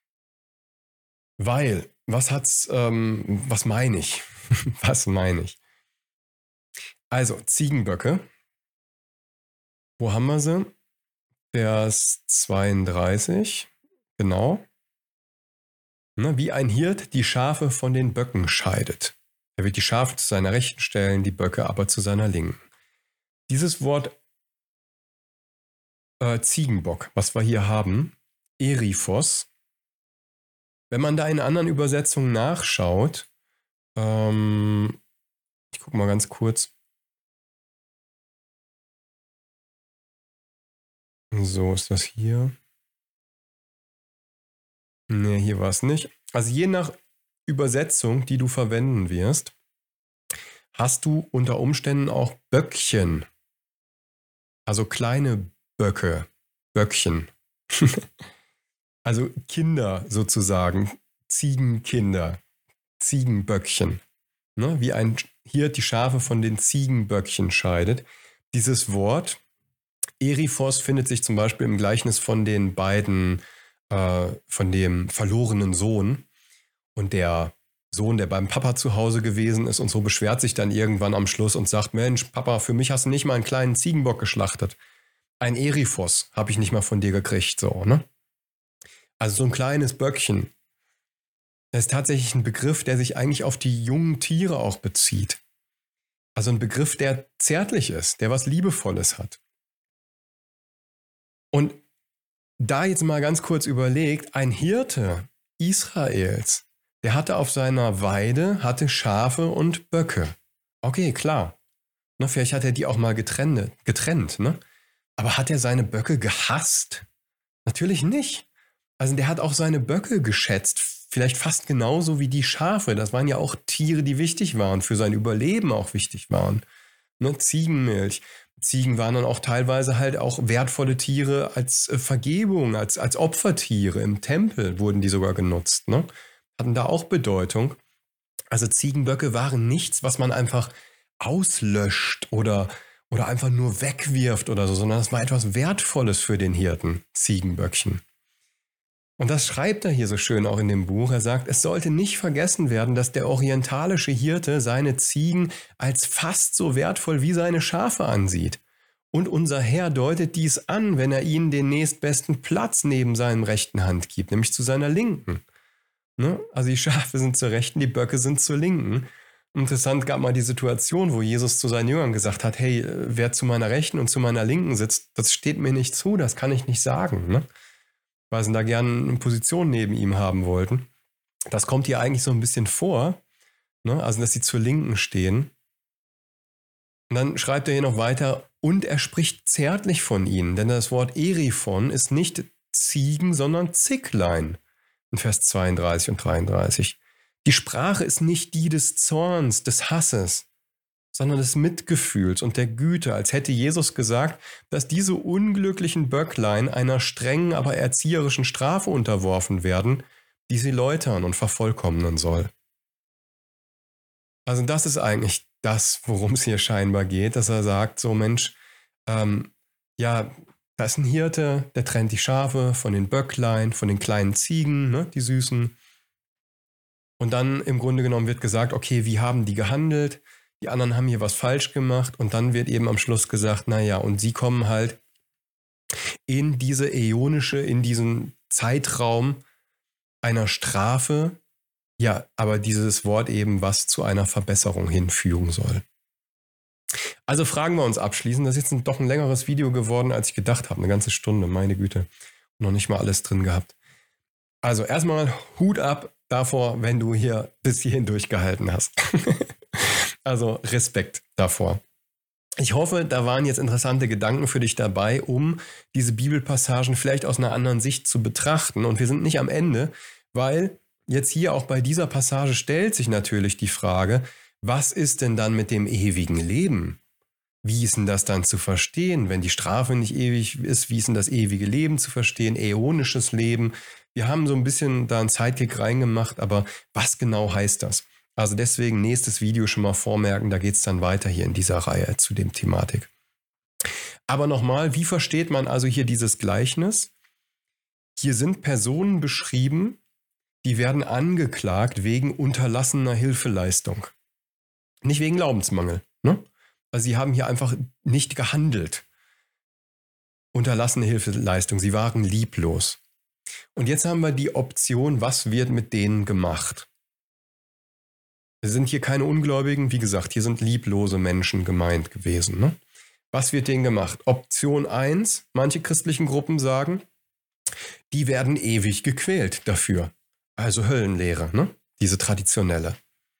Weil, was meine ich? Was meine ich? Also, Ziegenböcke. Wo haben wir sie? Vers 32, genau. Wie ein Hirt die Schafe von den Böcken scheidet. Er wird die Schafe zu seiner Rechten stellen, die Böcke aber zu seiner Linken. Dieses Wort Ziegenbock, was wir hier haben, Eriphos, wenn man da in anderen Übersetzungen nachschaut, ich gucke mal ganz kurz. So ist das hier. Ne, hier war es nicht. Also je nach Übersetzung, die du verwenden wirst, hast du unter Umständen auch Böckchen. Also kleine Böcke. Böckchen. Also Kinder sozusagen. Ziegenkinder. Ziegenböckchen. Ne? Wie ein Hirt die Schafe von den Ziegenböckchen scheidet. Dieses Wort Eriphos findet sich zum Beispiel im Gleichnis von den beiden von dem verlorenen Sohn und der Sohn, der beim Papa zu Hause gewesen ist und so beschwert sich dann irgendwann am Schluss und sagt, Mensch, Papa, für mich hast du nicht mal einen kleinen Ziegenbock geschlachtet. Ein Eriphos habe ich nicht mal von dir gekriegt, so, ne? Also so ein kleines Böckchen. Das ist tatsächlich ein Begriff, der sich eigentlich auf die jungen Tiere auch bezieht. Also ein Begriff, der zärtlich ist, der was Liebevolles hat. Und da jetzt mal ganz kurz überlegt, ein Hirte Israels, der hatte auf seiner Weide, Schafe und Böcke. Okay, klar. Ne, vielleicht hat er die auch mal getrennt, ne? Aber hat er seine Böcke gehasst? Natürlich nicht. Also der hat auch seine Böcke geschätzt, vielleicht fast genauso wie die Schafe. Das waren ja auch Tiere, die wichtig waren, für sein Überleben auch wichtig waren. Ne, Ziegenmilch. Ziegen waren dann auch teilweise halt auch wertvolle Tiere als Vergebung, als Opfertiere. Im Tempel wurden die sogar genutzt, ne? Hatten da auch Bedeutung. Also Ziegenböcke waren nichts, was man einfach auslöscht oder einfach nur wegwirft oder so, sondern das war etwas Wertvolles für den Hirten, Ziegenböckchen. Und das schreibt er hier so schön auch in dem Buch. Er sagt, es sollte nicht vergessen werden, dass der orientalische Hirte seine Ziegen als fast so wertvoll wie seine Schafe ansieht. Und unser Herr deutet dies an, wenn er ihnen den nächstbesten Platz neben seinem rechten Hand gibt, nämlich zu seiner linken. Ne? Also die Schafe sind zur rechten, die Böcke sind zur linken. Interessant gab mal die Situation, wo Jesus zu seinen Jüngern gesagt hat, hey, wer zu meiner rechten und zu meiner linken sitzt, das steht mir nicht zu, das kann ich nicht sagen, ne? Weil sie da gerne eine Position neben ihm haben wollten. Das kommt hier eigentlich so ein bisschen vor, ne? Also dass sie zur Linken stehen. Und dann schreibt er hier noch weiter, und er spricht zärtlich von ihnen, denn das Wort Eriphon ist nicht Ziegen, sondern Zicklein. In Vers 32 und 33. Die Sprache ist nicht die des Zorns, des Hasses, sondern des Mitgefühls und der Güte, als hätte Jesus gesagt, dass diese unglücklichen Böcklein einer strengen, aber erzieherischen Strafe unterworfen werden, die sie läutern und vervollkommnen soll. Also das ist eigentlich das, worum es hier scheinbar geht, dass er sagt, so Mensch, ja, da ist ein Hirte, der trennt die Schafe von den Böcklein, von den kleinen Ziegen, ne, die süßen. Und dann im Grunde genommen wird gesagt, okay, wie haben die gehandelt? Die anderen haben hier was falsch gemacht. Und dann wird eben am Schluss gesagt, naja, und sie kommen halt in in diesen Zeitraum einer Strafe. Ja, aber dieses Wort eben, was zu einer Verbesserung hinfügen soll. Also fragen wir uns abschließend, das ist jetzt doch ein längeres Video geworden, als ich gedacht habe. Eine ganze Stunde, meine Güte. Noch nicht mal alles drin gehabt. Also erstmal Hut ab davor, wenn du hier bis hierhin durchgehalten hast. Also Respekt davor. Ich hoffe, da waren jetzt interessante Gedanken für dich dabei, um diese Bibelpassagen vielleicht aus einer anderen Sicht zu betrachten. Und wir sind nicht am Ende, weil jetzt hier auch bei dieser Passage stellt sich natürlich die Frage, was ist denn dann mit dem ewigen Leben? Wie ist denn das dann zu verstehen, wenn die Strafe nicht ewig ist? Wie ist denn das ewige Leben zu verstehen? Äonisches Leben. Wir haben so ein bisschen da einen Sidekick reingemacht, aber was genau heißt das? Also deswegen nächstes Video schon mal vormerken, da geht es dann weiter hier in dieser Reihe zu dem Thematik. Aber nochmal, wie versteht man also hier dieses Gleichnis? Hier sind Personen beschrieben, die werden angeklagt wegen unterlassener Hilfeleistung. Nicht wegen Glaubensmangel, ne? Also sie haben hier einfach nicht gehandelt. Unterlassene Hilfeleistung, sie waren lieblos. Und jetzt haben wir die Option, was wird mit denen gemacht? Es sind hier keine Ungläubigen, wie gesagt, hier sind lieblose Menschen gemeint gewesen. Ne? Was wird denen gemacht? Option 1, manche christlichen Gruppen sagen, die werden ewig gequält dafür. Also Höllenlehre, ne? Diese traditionelle.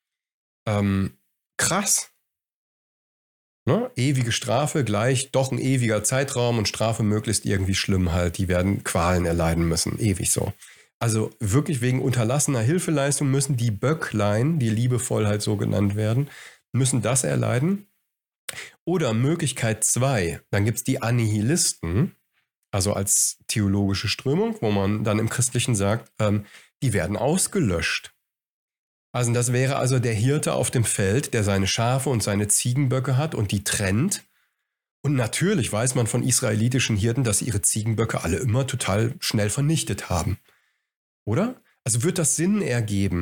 Krass. Ne? Ewige Strafe gleich doch ein ewiger Zeitraum und Strafe möglichst irgendwie schlimm halt. Die werden Qualen erleiden müssen, ewig so. Also wirklich wegen unterlassener Hilfeleistung müssen die Böcklein, die liebevoll halt so genannt werden, müssen das erleiden. Oder Möglichkeit 2, dann gibt es die Annihilisten, also als theologische Strömung, wo man dann im Christlichen sagt, die werden ausgelöscht. Also das wäre also der Hirte auf dem Feld, der seine Schafe und seine Ziegenböcke hat und die trennt. Und natürlich weiß man von israelitischen Hirten, dass sie ihre Ziegenböcke alle immer total schnell vernichtet haben. Oder? Also wird das Sinn ergeben,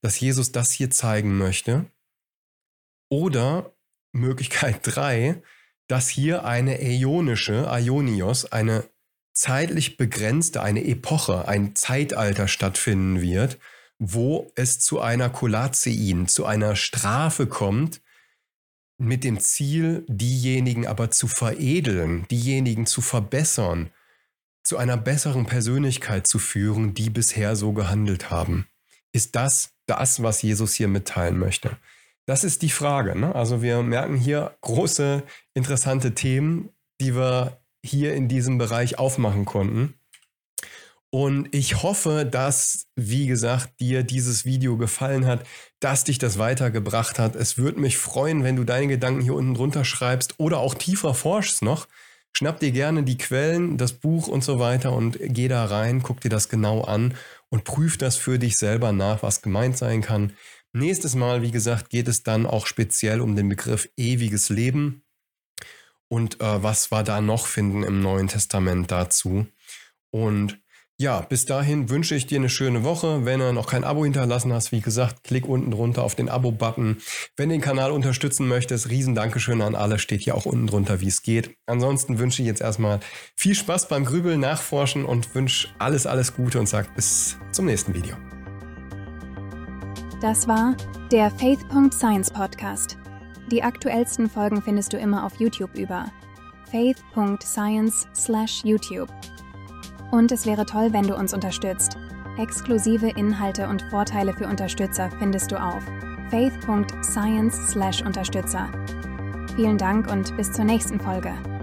dass Jesus das hier zeigen möchte. Oder Möglichkeit 3, dass hier eine Aionios, eine zeitlich begrenzte, eine Epoche, ein Zeitalter stattfinden wird, wo es zu einer Kolazein, zu einer Strafe kommt, mit dem Ziel, diejenigen aber zu veredeln, diejenigen zu verbessern, zu einer besseren Persönlichkeit zu führen, die bisher so gehandelt haben. Ist das, was Jesus hier mitteilen möchte? Das ist die Frage, ne? Also wir merken hier große, interessante Themen, die wir hier in diesem Bereich aufmachen konnten. Und ich hoffe, dass, wie gesagt, dir dieses Video gefallen hat, dass dich das weitergebracht hat. Es würde mich freuen, wenn du deine Gedanken hier unten drunter schreibst oder auch tiefer forschst noch. Schnapp dir gerne die Quellen, das Buch und so weiter und geh da rein, guck dir das genau an und prüf das für dich selber nach, was gemeint sein kann. Nächstes Mal, wie gesagt, geht es dann auch speziell um den Begriff ewiges Leben und was wir da noch finden im Neuen Testament dazu. Und ja, bis dahin wünsche ich dir eine schöne Woche. Wenn du noch kein Abo hinterlassen hast, wie gesagt, klick unten drunter auf den Abo-Button. Wenn du den Kanal unterstützen möchtest, riesen Dankeschön an alle, steht hier auch unten drunter, wie es geht. Ansonsten wünsche ich jetzt erstmal viel Spaß beim Grübeln, Nachforschen und wünsche alles Gute und sage bis zum nächsten Video. Das war der Faith.Science Podcast. Die aktuellsten Folgen findest du immer auf YouTube über faith.science/YouTube. Und es wäre toll, wenn du uns unterstützt. Exklusive Inhalte und Vorteile für Unterstützer findest du auf faith.science/Unterstützer. Vielen Dank und bis zur nächsten Folge.